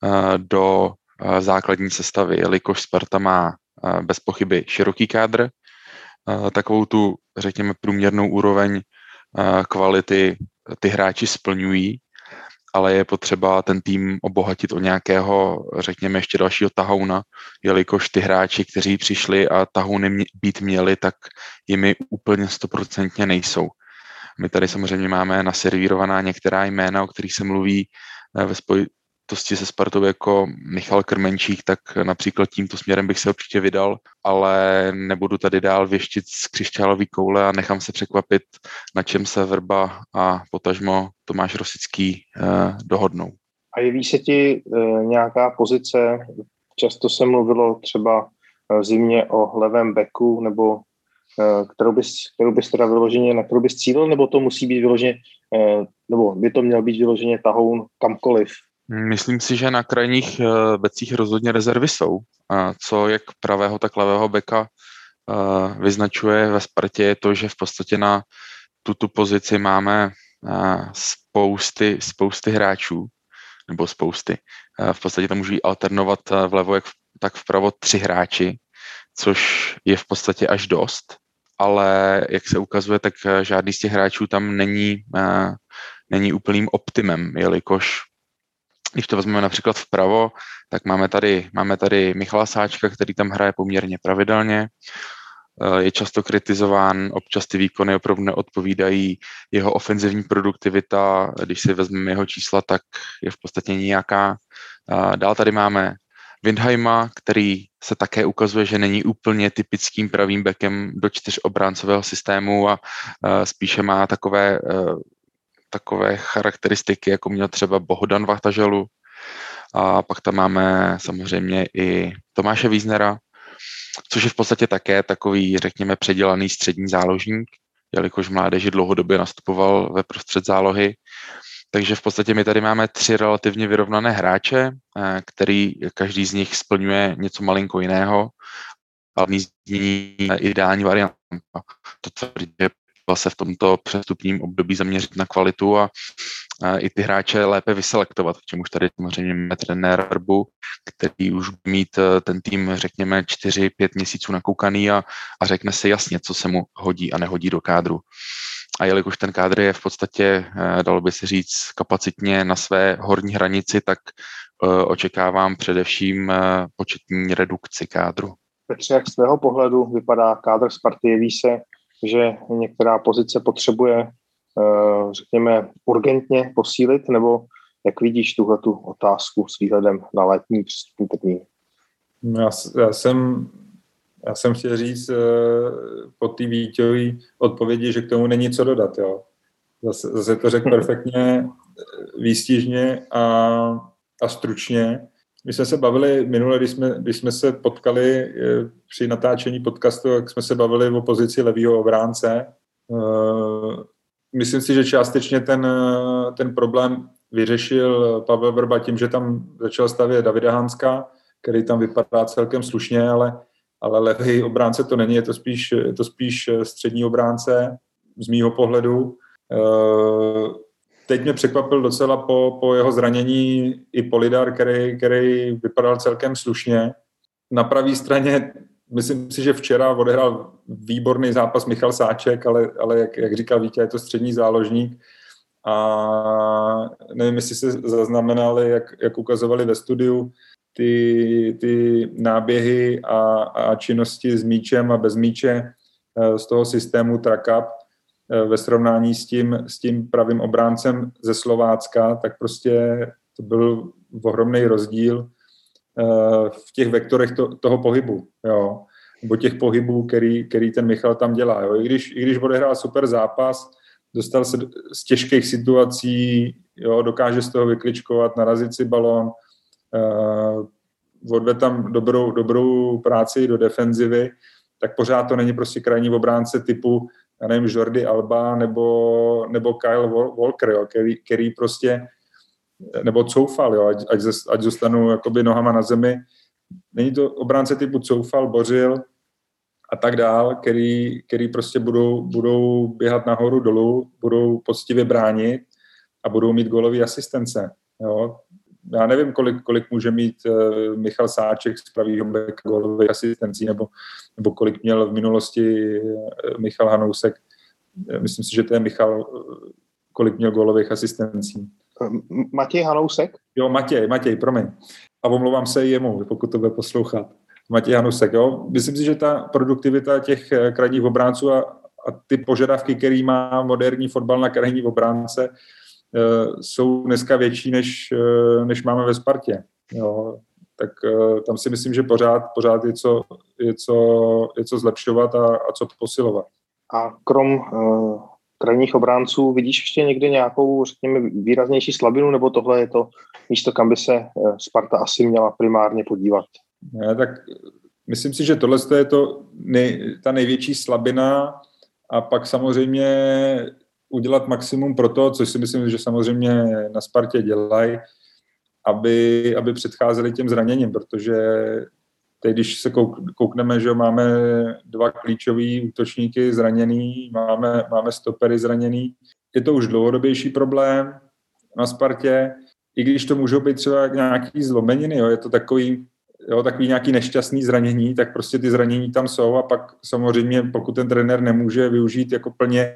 do základní sestavy, jelikož Sparta má bez pochyby široký kádr, takovou tu, řekněme, průměrnou úroveň kvality ty hráči splňují, ale je potřeba ten tým obohatit o nějakého, řekněme, ještě dalšího tahouna, jelikož ty hráči, kteří přišli a tahouny být měli, tak jimi úplně stoprocentně nejsou. My tady samozřejmě máme naservírovaná některá jména, o kterých se mluví ve spojitosti se Spartou jako Michal Krmenčík, tak například tímto směrem bych se určitě vydal, ale nebudu tady dál věštit z křišťálový koule a nechám se překvapit, na čem se Vrba a potažmo Tomáš Rosický eh, dohodnou. A jeví se ti eh, nějaká pozice, často se mluvilo třeba v zimě o levém beku, nebo eh, kterou, bys, kterou bys teda vyloženě, na kterou bys cílil, nebo to musí být vyloženě, eh, nebo by to měl být vyloženě tahoun kamkoliv? Myslím si, že na krajních becích rozhodně rezervy jsou. Co jak pravého, tak levého beka vyznačuje ve Spartě je to, že v podstatě na tuto pozici máme spousty, spousty hráčů, nebo spousty. V podstatě to můžou alternovat vlevo, jak tak vpravo tři hráči, což je v podstatě až dost, ale jak se ukazuje, tak žádný z těch hráčů tam není, není úplným optimem, jelikož když to vezmeme například vpravo, tak máme tady, máme tady Michala Sáčka, který tam hraje poměrně pravidelně. Je často kritizován, občas ty výkony opravdu neodpovídají, jeho ofenzivní produktivita, když si vezmeme jeho čísla, tak je v podstatě nějaká. Dál tady máme Windheima, který se také ukazuje, že není úplně typickým pravým backem do čtyřobráncového systému a spíše má takové takové charakteristiky, jako měl třeba Bohdan Vahtaželu. A pak tam máme samozřejmě i Tomáše Wiesnera, což je v podstatě také takový, řekněme, předělaný střední záložník, jelikož v mládeži dlouhodobě nastupoval ve prostřed zálohy. Takže v podstatě my tady máme tři relativně vyrovnané hráče, který každý z nich splňuje něco malinko jiného, ale znění ideální varianta. To tvrdí, že se v tomto přestupním období zaměřit na kvalitu a, a i ty hráče lépe vyselektovat, k čemuž tady samozřejmě máme trenér Vrbu, který už bude mít ten tým, řekněme, čtyři pět měsíců nakoukaný a, a řekne si jasně, co se mu hodí a nehodí do kádru. A jelikož ten kádr je v podstatě, dalo by se říct, kapacitně na své horní hranici, tak uh, očekávám především uh, početní redukci kádru. Petře, jak z tvého pohledu vypadá kádr Sparty? Jeví se, že některá pozice potřebuje, řekněme, urgentně posílit, nebo jak vidíš tuhletu otázku s výhledem na letní přestupní termín? Já, já, jsem, já jsem chtěl říct po té Víťové odpovědi, že k tomu není co dodat. Jo. Zase, zase to řekl perfektně, výstižně a, a stručně. My jsme se bavili minule, když jsme, když jsme se potkali při natáčení podcastu, jak jsme se bavili o pozici levýho obránce. Myslím si, že částečně ten, ten problém vyřešil Pavel Vrba tím, že tam začal stavět Davida Hanska, který tam vypadá celkem slušně, ale, ale levý obránce to není, je to spíš, je to spíš střední obránce z mýho pohledu. Teď mě překvapil docela po, po jeho zranění i Polidar, který, který vypadal celkem slušně. Na pravé straně myslím si, že včera odehrál výborný zápas Michal Sáček, ale, ale jak, jak říkal Vítě, je to střední záložník. A nevím, jestli se zaznamenali, jak, jak ukazovali ve studiu, ty, ty náběhy a, a činnosti s míčem a bez míče z toho systému track-up ve srovnání s tím, s tím pravým obráncem ze Slovácka, tak prostě to byl ohromný rozdíl v těch vektorech to, toho pohybu, jo, nebo těch pohybů, který, který ten Michal tam dělá. Jo. I když, i když odehrál super zápas, dostal se z těžkých situací, jo, dokáže z toho vykličkovat, narazit si balón, uh, odvede tam dobrou, dobrou práci do defenzivy, tak pořád to není prostě krajní obránce typu, já nevím, Jordi Alba nebo, nebo Kyle Walker, jo, který, který prostě, nebo Coufal, jo, ať, ať, ať zůstanu jakoby nohama na zemi. Není to obránce typu Coufal, Bořil a tak dál, který, který prostě budou, budou běhat nahoru dolů, budou poctivě bránit a budou mít gólový asistence. Jo. Já nevím, kolik, kolik může mít uh, Michal Sáček z pravýho beka gólových asistencí, nebo, nebo kolik měl v minulosti uh, Michal Hanousek. Myslím si, že to je Michal, uh, kolik měl gólových asistencí. Matěj Hanousek? Jo, Matěj, Matěj, promiň. A omlouvám se i jemu, pokud to bude poslouchat. Matěj Hanousek, jo. Myslím si, že ta produktivita těch krajních obránců a, a ty požadavky, který má moderní fotbal na krajní obránce, jsou dneska větší, než, než máme ve Spartě. Jo. Tak tam si myslím, že pořád, pořád je, co, je, co, je co zlepšovat a, a co posilovat. A krom uh, krajních obránců vidíš ještě někdy nějakou, řekněme, výraznější slabinu, nebo tohle je to místo, kam by se uh, Sparta asi měla primárně podívat? Ne, tak myslím si, že tohle je to nej, ta největší slabina a pak samozřejmě udělat maximum pro to, což si myslím, že samozřejmě na Spartě dělají, aby, aby předcházeli těm zraněním, protože teď, když se kouk, koukneme, že máme dva klíčový útočníky zraněný, máme, máme stopery zraněný, je to už dlouhodobější problém na Spartě, i když to můžou být třeba nějaký zlomeniny, jo, je to takový, jo, takový nějaký nešťastný zranění, tak prostě ty zranění tam jsou a pak samozřejmě, pokud ten trenér nemůže využít jako plně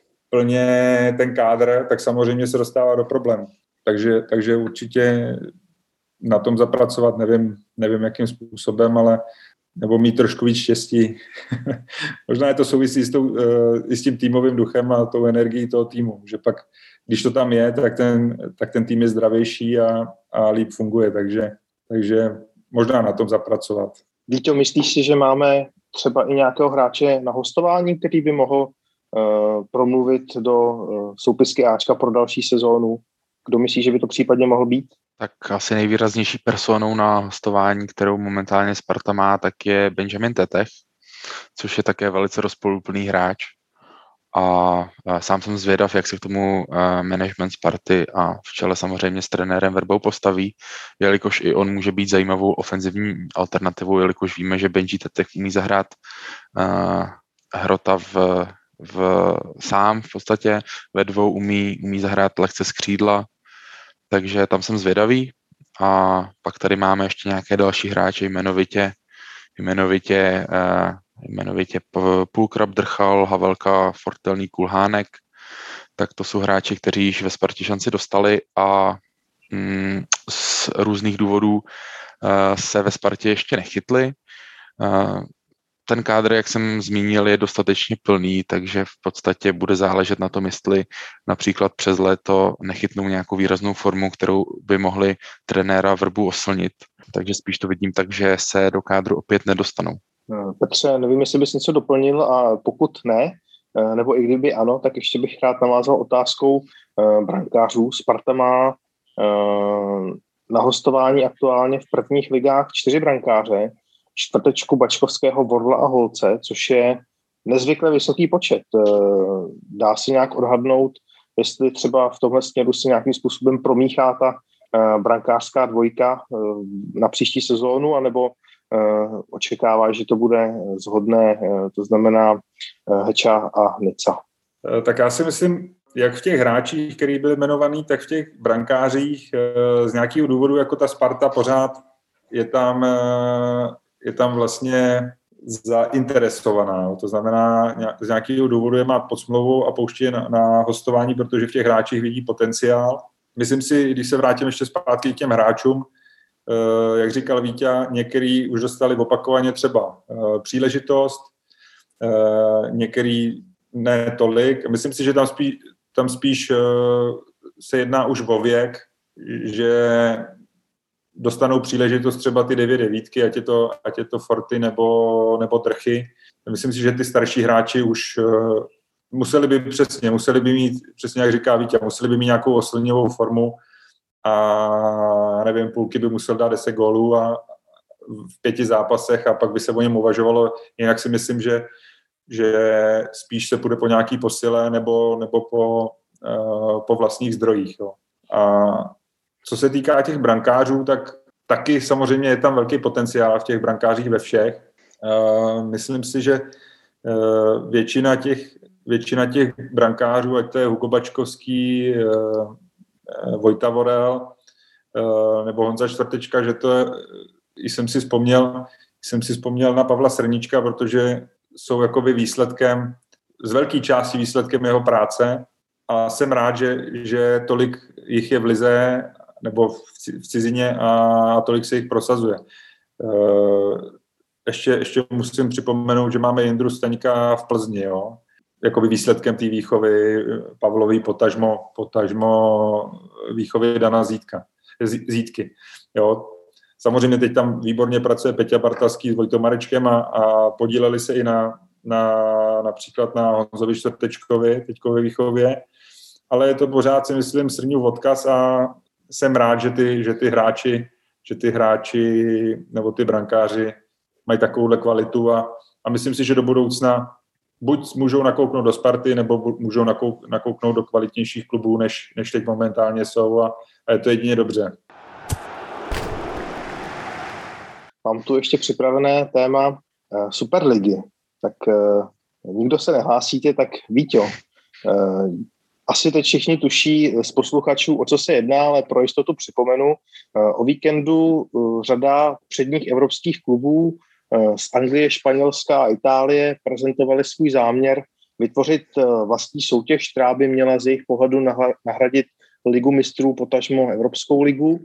plně ten kádr, tak samozřejmě se dostává do problémů. Takže, takže určitě na tom zapracovat, nevím, nevím jakým způsobem, ale nebo mít trošku víc štěstí. Možná je to souvisí s, tou, i s tím týmovým duchem a tou energií toho týmu, že pak, když to tam je, tak ten, tak ten tým je zdravější a, a líp funguje, takže, takže možná na tom zapracovat. Víťo, myslíš si, že máme třeba i nějakého hráče na hostování, který by mohl Uh, promluvit do uh, soupisky Ačka pro další sezónu? Kdo myslí, že by to případně mohl být? Tak asi nejvýraznější personou na hostování, kterou momentálně Sparta má, tak je Benjamin Tetech, což je také velice rozpoluplný hráč. A, a sám jsem zvědav, jak se k tomu uh, management Sparty a v čele samozřejmě s trenérem Verbou postaví, jelikož i on může být zajímavou ofenzivní alternativou, jelikož víme, že Benji Tetech umí zahrát uh, Hrota v v, sám v podstatě, ve dvou umí, umí zahrát lehce z křídla, takže tam jsem zvědavý. A pak tady máme ještě nějaké další hráče, jmenovitě, jmenovitě, uh, jmenovitě Půlkrab, Drchal, Havelka, Fortelný, Kulhánek, tak to jsou hráči, kteří již ve Spartě šanci dostali a mm, z různých důvodů uh, se ve Spartě ještě nechytli. Uh, Ten kádr, jak jsem zmínil, je dostatečně plný, takže v podstatě bude záležet na tom, jestli například přes léto nechytnou nějakou výraznou formu, kterou by mohli trenéra Vrbu oslnit. Takže spíš to vidím tak, že se do kádru opět nedostanou. Petře, nevím, jestli bys něco doplnil a pokud ne, nebo i kdyby ano, tak ještě bych rád navázal otázkou brankářů. Sparta má na hostování aktuálně v prvních ligách čtyři brankáře, čtvrtečku Bačkovského, Vorla a Holce, což je nezvykle vysoký počet. Dá se nějak odhadnout, jestli třeba v tomhle směru se nějakým způsobem promíchá ta brankářská dvojka na příští sezónu, anebo očekává, že to bude shodné, to znamená Heča a Nica. Tak já si myslím, jak v těch hráčích, který byli jmenovaný, tak v těch brankářích z nějakého důvodu, jako ta Sparta pořád je tam, je tam vlastně zainteresovaná. To znamená, z nějakého důvodu je má pod smlouvou a pouští je na, na hostování, protože v těch hráčích vidí potenciál. Myslím si, když se vrátím ještě zpátky k těm hráčům, jak říkal Víťa, některý už dostali opakovaně třeba příležitost, některý ne tolik. Myslím si, že tam spíš, tam spíš se jedná už o věk, že dostanou příležitost třeba ty devět devítky, ať je to, ať je to Forty nebo, nebo Drchy. Myslím si, že ty starší hráči už museli by přesně, museli by mít, přesně jak říká Vítě, museli by mít nějakou oslnivou formu a nevím, půlky by musel dát deset gólů a v pěti zápasech a pak by se o něm uvažovalo. Jinak si myslím, že, že spíš se půjde po nějaký posile nebo, nebo po, uh, po vlastních zdrojích. Jo. A co se týká těch brankářů, tak taky samozřejmě je tam velký potenciál v těch brankářích ve všech. Uh, myslím si, že uh, většina těch, většina těch brankářů, ať to je Hugo Bačkovský, uh, Vojta Vorel uh, nebo Honza Čtvrtečka, že to je, jsem si vzpomněl, jsem si vzpomněl na Pavla Srnička, protože jsou jakoby výsledkem, z velké části výsledkem jeho práce a jsem rád, že, že tolik jich je v lize nebo v cizině a tolik se jich prosazuje. Ještě, ještě musím připomenout, že máme Jindru Staňka v Plzni, jo? Jakoby výsledkem té výchovy Pavlový potažmo, potažmo výchovy Dana Zítka, Zítky. Jo? Samozřejmě teď tam výborně pracuje Peťa Bartalský s Vojtou Marečkem a, a podíleli se i na, na například na Honzovi Čtvrtečkovi teďkové výchově, ale je to pořád, si myslím, Srňův odkaz a jsem rád, že ty, že ty hráči, že ty hráči nebo ty brankáři mají takovouhle kvalitu a, a myslím si, že do budoucna buď můžou nakouknout do Sparty, nebo můžou nakouk, nakouknout do kvalitnějších klubů, než, než teď momentálně jsou a, a je to jedině dobře. Mám tu ještě připravené téma uh, Superligy. Tak uh, nikdo se nehlásíte, tak Víťo, uh, asi teď všichni tuší z posluchačů, o co se jedná, ale pro jistotu připomenu. Uh, o víkendu uh, řada předních evropských klubů uh, z Anglie, Španělska a Itálie prezentovali svůj záměr vytvořit uh, vlastní soutěž, která by měla z jejich pohledu nahradit Ligu mistrů, potažmo Evropskou ligu.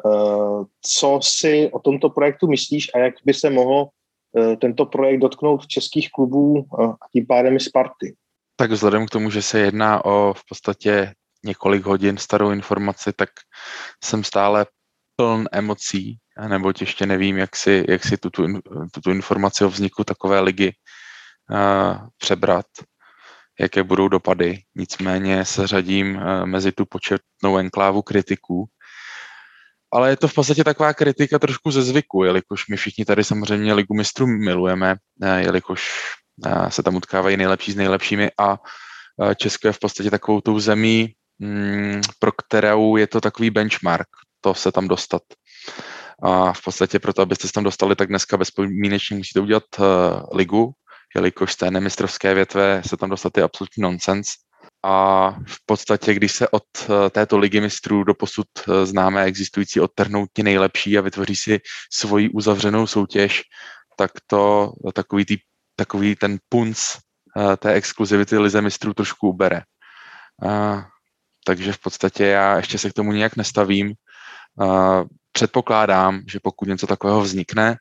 Co si o tomto projektu myslíš a jak by se mohl tento projekt dotknout českých klubů a tím pádem i Sparty? Tak vzhledem k tomu, že se jedná o v podstatě několik hodin starou informaci, tak jsem stále pln emocí, neboť ještě nevím, jak si, jak si tuto, tuto informaci o vzniku takové ligy uh, přebrat, jaké budou dopady. Nicméně se řadím uh, mezi tu početnou enklávu kritiků. Ale je to v podstatě taková kritika trošku ze zvyku, jelikož my všichni tady samozřejmě Ligu mistrů milujeme, jelikož se tam utkávají nejlepší s nejlepšími a Česko je v podstatě takovou tou zemí, pro kterou je to takový benchmark, to se tam dostat. A v podstatě proto, abyste se tam dostali, tak dneska bezpodmínečně musíte udělat ligu, jelikož z té nemistrovské větve se tam dostat je absolutní nonsens. A v podstatě, když se od této ligy mistrů doposud známé existující odtrhnou ti nejlepší a vytvoří si svoji uzavřenou soutěž, tak to takový, tý, takový ten punc té exkluzivity lize mistrů trošku ubere. A, takže v podstatě já ještě se k tomu nějak nestavím. A, předpokládám, že pokud něco takového vznikne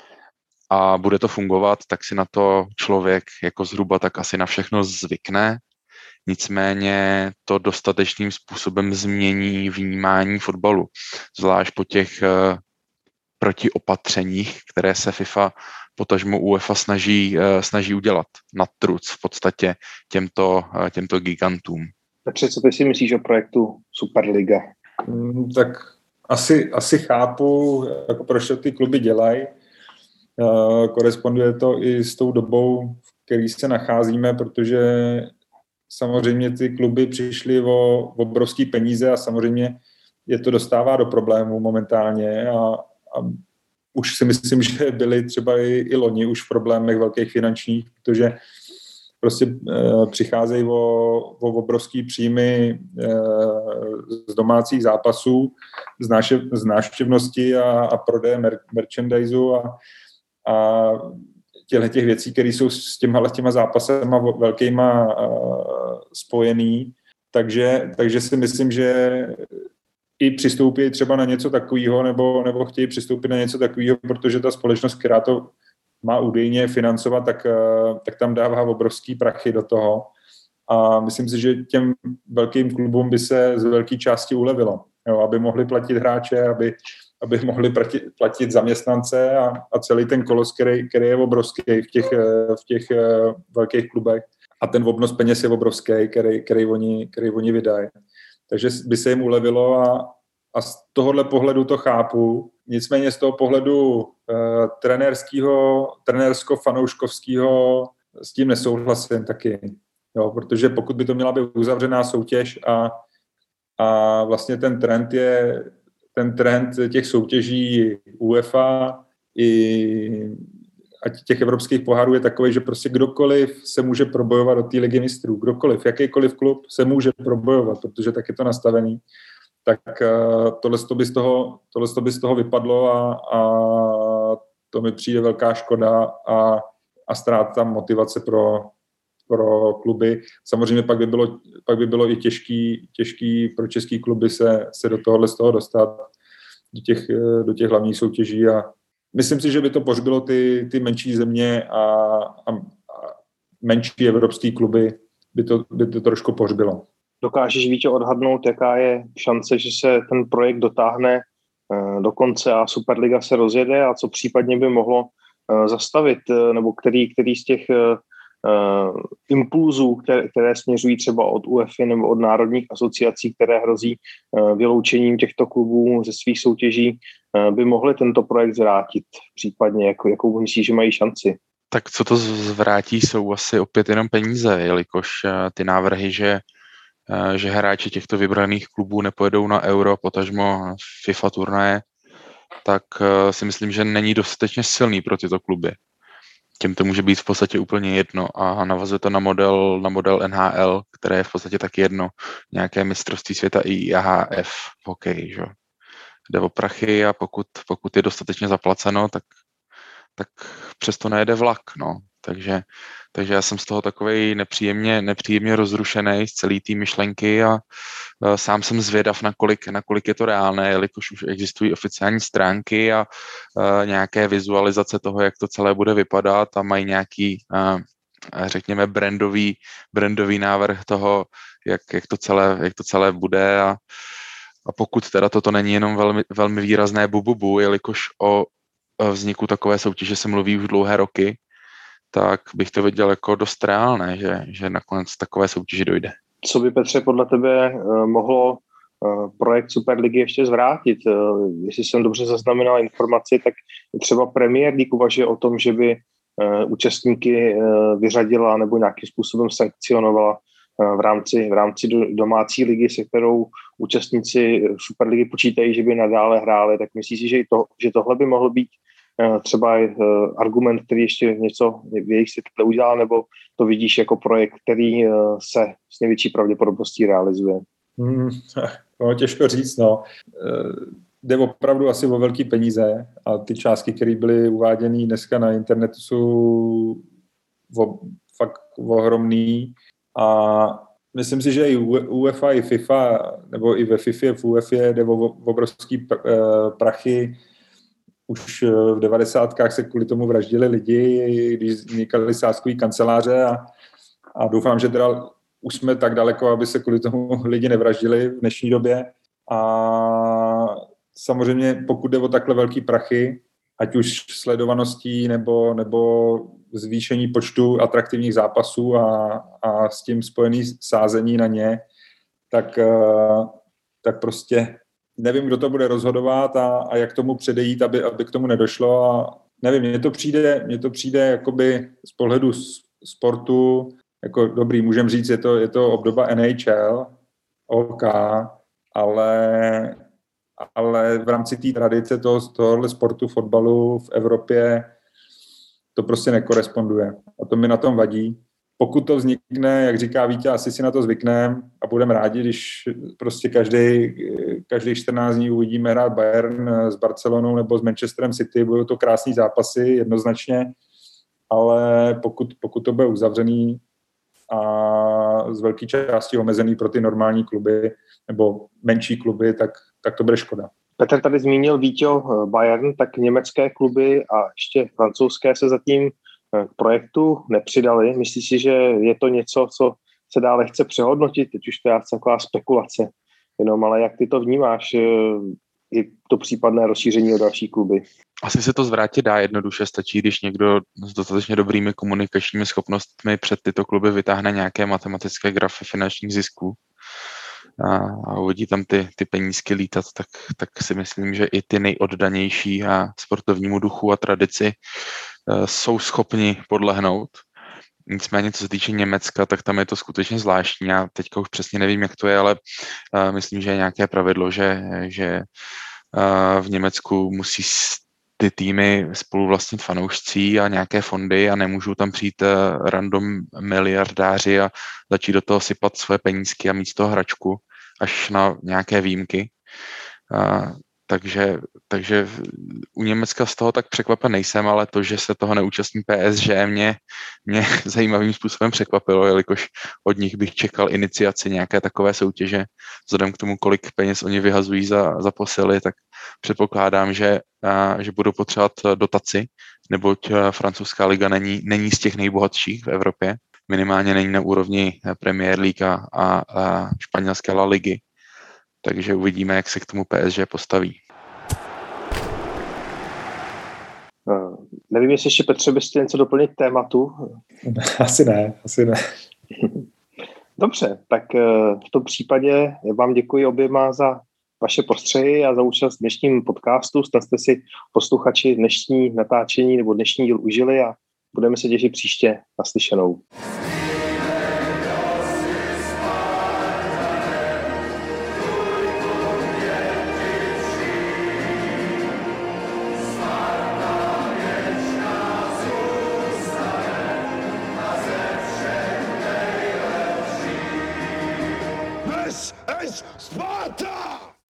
a bude to fungovat, tak si na to člověk jako zhruba tak asi na všechno zvykne. Nicméně to dostatečným způsobem změní vnímání fotbalu, zvlášť po těch uh, protiopatřeních, které se FIFA potažmo UEFA snaží, snaží udělat na truc v podstatě těmto, těmto gigantům. Petře, co ty si myslíš o projektu Superliga? Hmm, tak asi, asi chápu, jako proč to ty kluby dělají. Uh, koresponduje to i s tou dobou, v které se nacházíme, protože samozřejmě ty kluby přišly o obrovský peníze a samozřejmě je to dostává do problémů momentálně a, a už si myslím, že byli třeba i, i loni už v problémech velkých finančních, protože prostě e, přicházejí o, o obrovský příjmy e, z domácích zápasů, z, nášev, z návštěvnosti a, a prodeje mer, merchandiseu a, a těchto těch věcí, které jsou s těma, těma zápasema velkýma a, spojený. Takže, takže si myslím, že i přistoupí třeba na něco takového, nebo, nebo chtějí přistoupit na něco takového, protože ta společnost, která to má údajně financovat, tak, tak tam dává obrovský prachy do toho. A myslím si, že těm velkým klubům by se z velké části ulevilo, jo, aby mohli platit hráče, aby, aby mohli platit, platit zaměstnance a, a celý ten kolos, který, který je obrovský v těch, v těch velkých klubech. A ten obnos peněz je obrovský, který, který, oni, který oni vydají. Takže by se jim ulevilo a, a z tohohle pohledu to chápu. Nicméně z toho pohledu eh, trenérského, trenérsko-fanouškovského s tím nesouhlasím taky. Jo, protože pokud by to měla být uzavřená soutěž a, a vlastně ten trend je ten trend těch soutěží UEFA i a těch evropských pohárů je takový, že prostě kdokoliv se může probojovat do té ligy mistrů. Kdokoliv, jakýkoliv klub se může probojovat, protože tak je to nastavený. Tak tohle by z toho, tohle by z toho vypadlo a, a to mi přijde velká škoda a, a ztráta motivace pro, pro kluby. Samozřejmě pak by bylo, pak by bylo i těžký, těžký pro český kluby se, se do tohohle z toho dostat, do těch, do těch hlavních soutěží a myslím si, že by to pohřbilo ty, ty menší země a, a, a menší evropské kluby by to, by to trošku pohřbilo. Dokážeš více odhadnout, jaká je šance, že se ten projekt dotáhne uh, do konce a Superliga se rozjede a co případně by mohlo uh, zastavit, uh, nebo který, který z těch uh, uh, impulzů, které, které směřují třeba od UEFA nebo od národních asociací, které hrozí uh, vyloučením těchto klubů ze svých soutěží, uh, by mohly tento projekt zvrátit případně, jako, jakou myslíš, že mají šanci? Tak co to zvrátí, jsou asi opět jenom peníze, jelikož uh, ty návrhy, že že hráči těchto vybraných klubů nepojedou na Euro, potažmo FIFA turnaje, tak si myslím, že není dostatečně silný pro tyto kluby. Těm to může být v podstatě úplně jedno a navazuje to na model, na model N H L, které je v podstatě taky jedno. Nějaké mistrovství světa i A H F v hokeji. Že? Jde o prachy a pokud, pokud je dostatečně zaplaceno, tak, tak přesto nejede vlak. No. Takže, takže já jsem z toho takovej nepříjemně, nepříjemně rozrušený z celé té myšlenky a uh, sám jsem zvědav, nakolik, nakolik je to reálné, jelikož už existují oficiální stránky a uh, nějaké vizualizace toho, jak to celé bude vypadat a mají nějaký, uh, řekněme, brandový, brandový návrh toho, jak, jak, to celé, jak to celé bude a, a pokud teda toto není jenom velmi, velmi výrazné bububu, jelikož o vzniku takové soutěže se mluví už dlouhé roky, tak bych to viděl jako dost reálné, že, že nakonec takové soutěži dojde. Co by, Petře, podle tebe mohlo projekt Superligy ještě zvrátit? Jestli jsem dobře zaznamenal informaci, tak třeba Premier League uvažuje o tom, že by účastníky vyřadila nebo nějakým způsobem sankcionovala v rámci, v rámci domácí ligy, se kterou účastníci Superligy počítají, že by nadále hráli. Tak myslíš si, že, to, že tohle by mohlo být třeba argument, který ještě něco v jejich světle udělal, nebo to vidíš jako projekt, který se s největší pravděpodobností realizuje? Hmm, no, těžko říct, no. Jde opravdu asi o velký peníze a ty částky, které byly uváděny dneska na internetu, jsou o, fakt ohromný a myslím si, že i UEFA, i FIFA, nebo i ve FIFA, v UEFA jde o obrovský prachy. Už v devadesátkách se kvůli tomu vraždili lidi, když vznikaly sázkové kanceláře a, a doufám, že teda už jsme tak daleko, aby se kvůli tomu lidi nevraždili v dnešní době. A samozřejmě pokud jde o takhle velký prachy ať už sledovaností nebo, nebo zvýšení počtu atraktivních zápasů a, a s tím spojený sázení na ně, tak, tak prostě nevím, kdo to bude rozhodovat a, a jak tomu předejít, aby, aby k tomu nedošlo. A nevím, mně to přijde, mně to přijde jakoby z pohledu sportu, jako dobrý, můžem říct, je to, je to obdoba N H L, OK, ale, ale v rámci té tradice toho, tohohle sportu, fotbalu v Evropě to prostě nekoresponduje. A to mi na tom vadí. Pokud to vznikne, jak říká Vítě, asi si na to zvykneme a budeme rádi, když prostě každý, každý čtrnáct dní uvidíme hrát Bayern s Barcelonou nebo s Manchesterem City. Budou to krásný zápasy, jednoznačně, ale pokud, pokud to bude uzavřený a z velké části omezený pro ty normální kluby nebo menší kluby, tak, tak to bude škoda. Petr tady zmínil Víťo Bayern, tak německé kluby a ještě francouzské se zatím k projektu nepřidali. Myslíš si, že je to něco, co se dá lehce přehodnotit? Teď už to je taková spekulace. Jenom, ale jak ty to vnímáš, i to případné rozšíření o další kluby? Asi se to zvrátit dá jednoduše. Stačí, když někdo s dostatečně dobrými komunikačními schopnostmi před tyto kluby vytáhne nějaké matematické grafy finančních zisků a, a uvidí tam ty, ty penízky lítat, tak, tak si myslím, že i ty nejoddanější a sportovnímu duchu a tradici uh, jsou schopni podlehnout. Nicméně, co se týče Německa, tak tam je to skutečně zvláštní. Já teďka už přesně nevím, jak to je, ale uh, myslím, že je nějaké pravidlo, že, že uh, v Německu musí ty týmy spolu vlastnit fanoušci a nějaké fondy a nemůžou tam přijít uh, random miliardáři a začít do toho sypat svoje penízky a mít z toho hračku až na nějaké výjimky. Uh, takže, takže u Německa z toho tak překvapen nejsem, ale to, že se toho neúčastní P S G, mě, mě zajímavým způsobem překvapilo, jelikož od nich bych čekal iniciaci nějaké takové soutěže. Vzhledem k tomu, kolik peněz oni vyhazují za, za posily, tak předpokládám, že, a, že budou potřebovat dotaci, neboť francouzská liga není, není z těch nejbohatších v Evropě. Minimálně není na úrovni Premier League a, a, a španělské La Ligy. Takže uvidíme, jak se k tomu P S G postaví. Uh, nevím, jestli ještě Petře byste něco doplnit k tématu. Asi ne, asi ne. Dobře, tak uh, v tom případě vám děkuji oběma za vaše postřehy a za účast v dnešním podcastu. Snad jste si posluchači dnešní natáčení nebo dnešní díl užili a budeme se těšit příště naslyšenou. This is Sparta!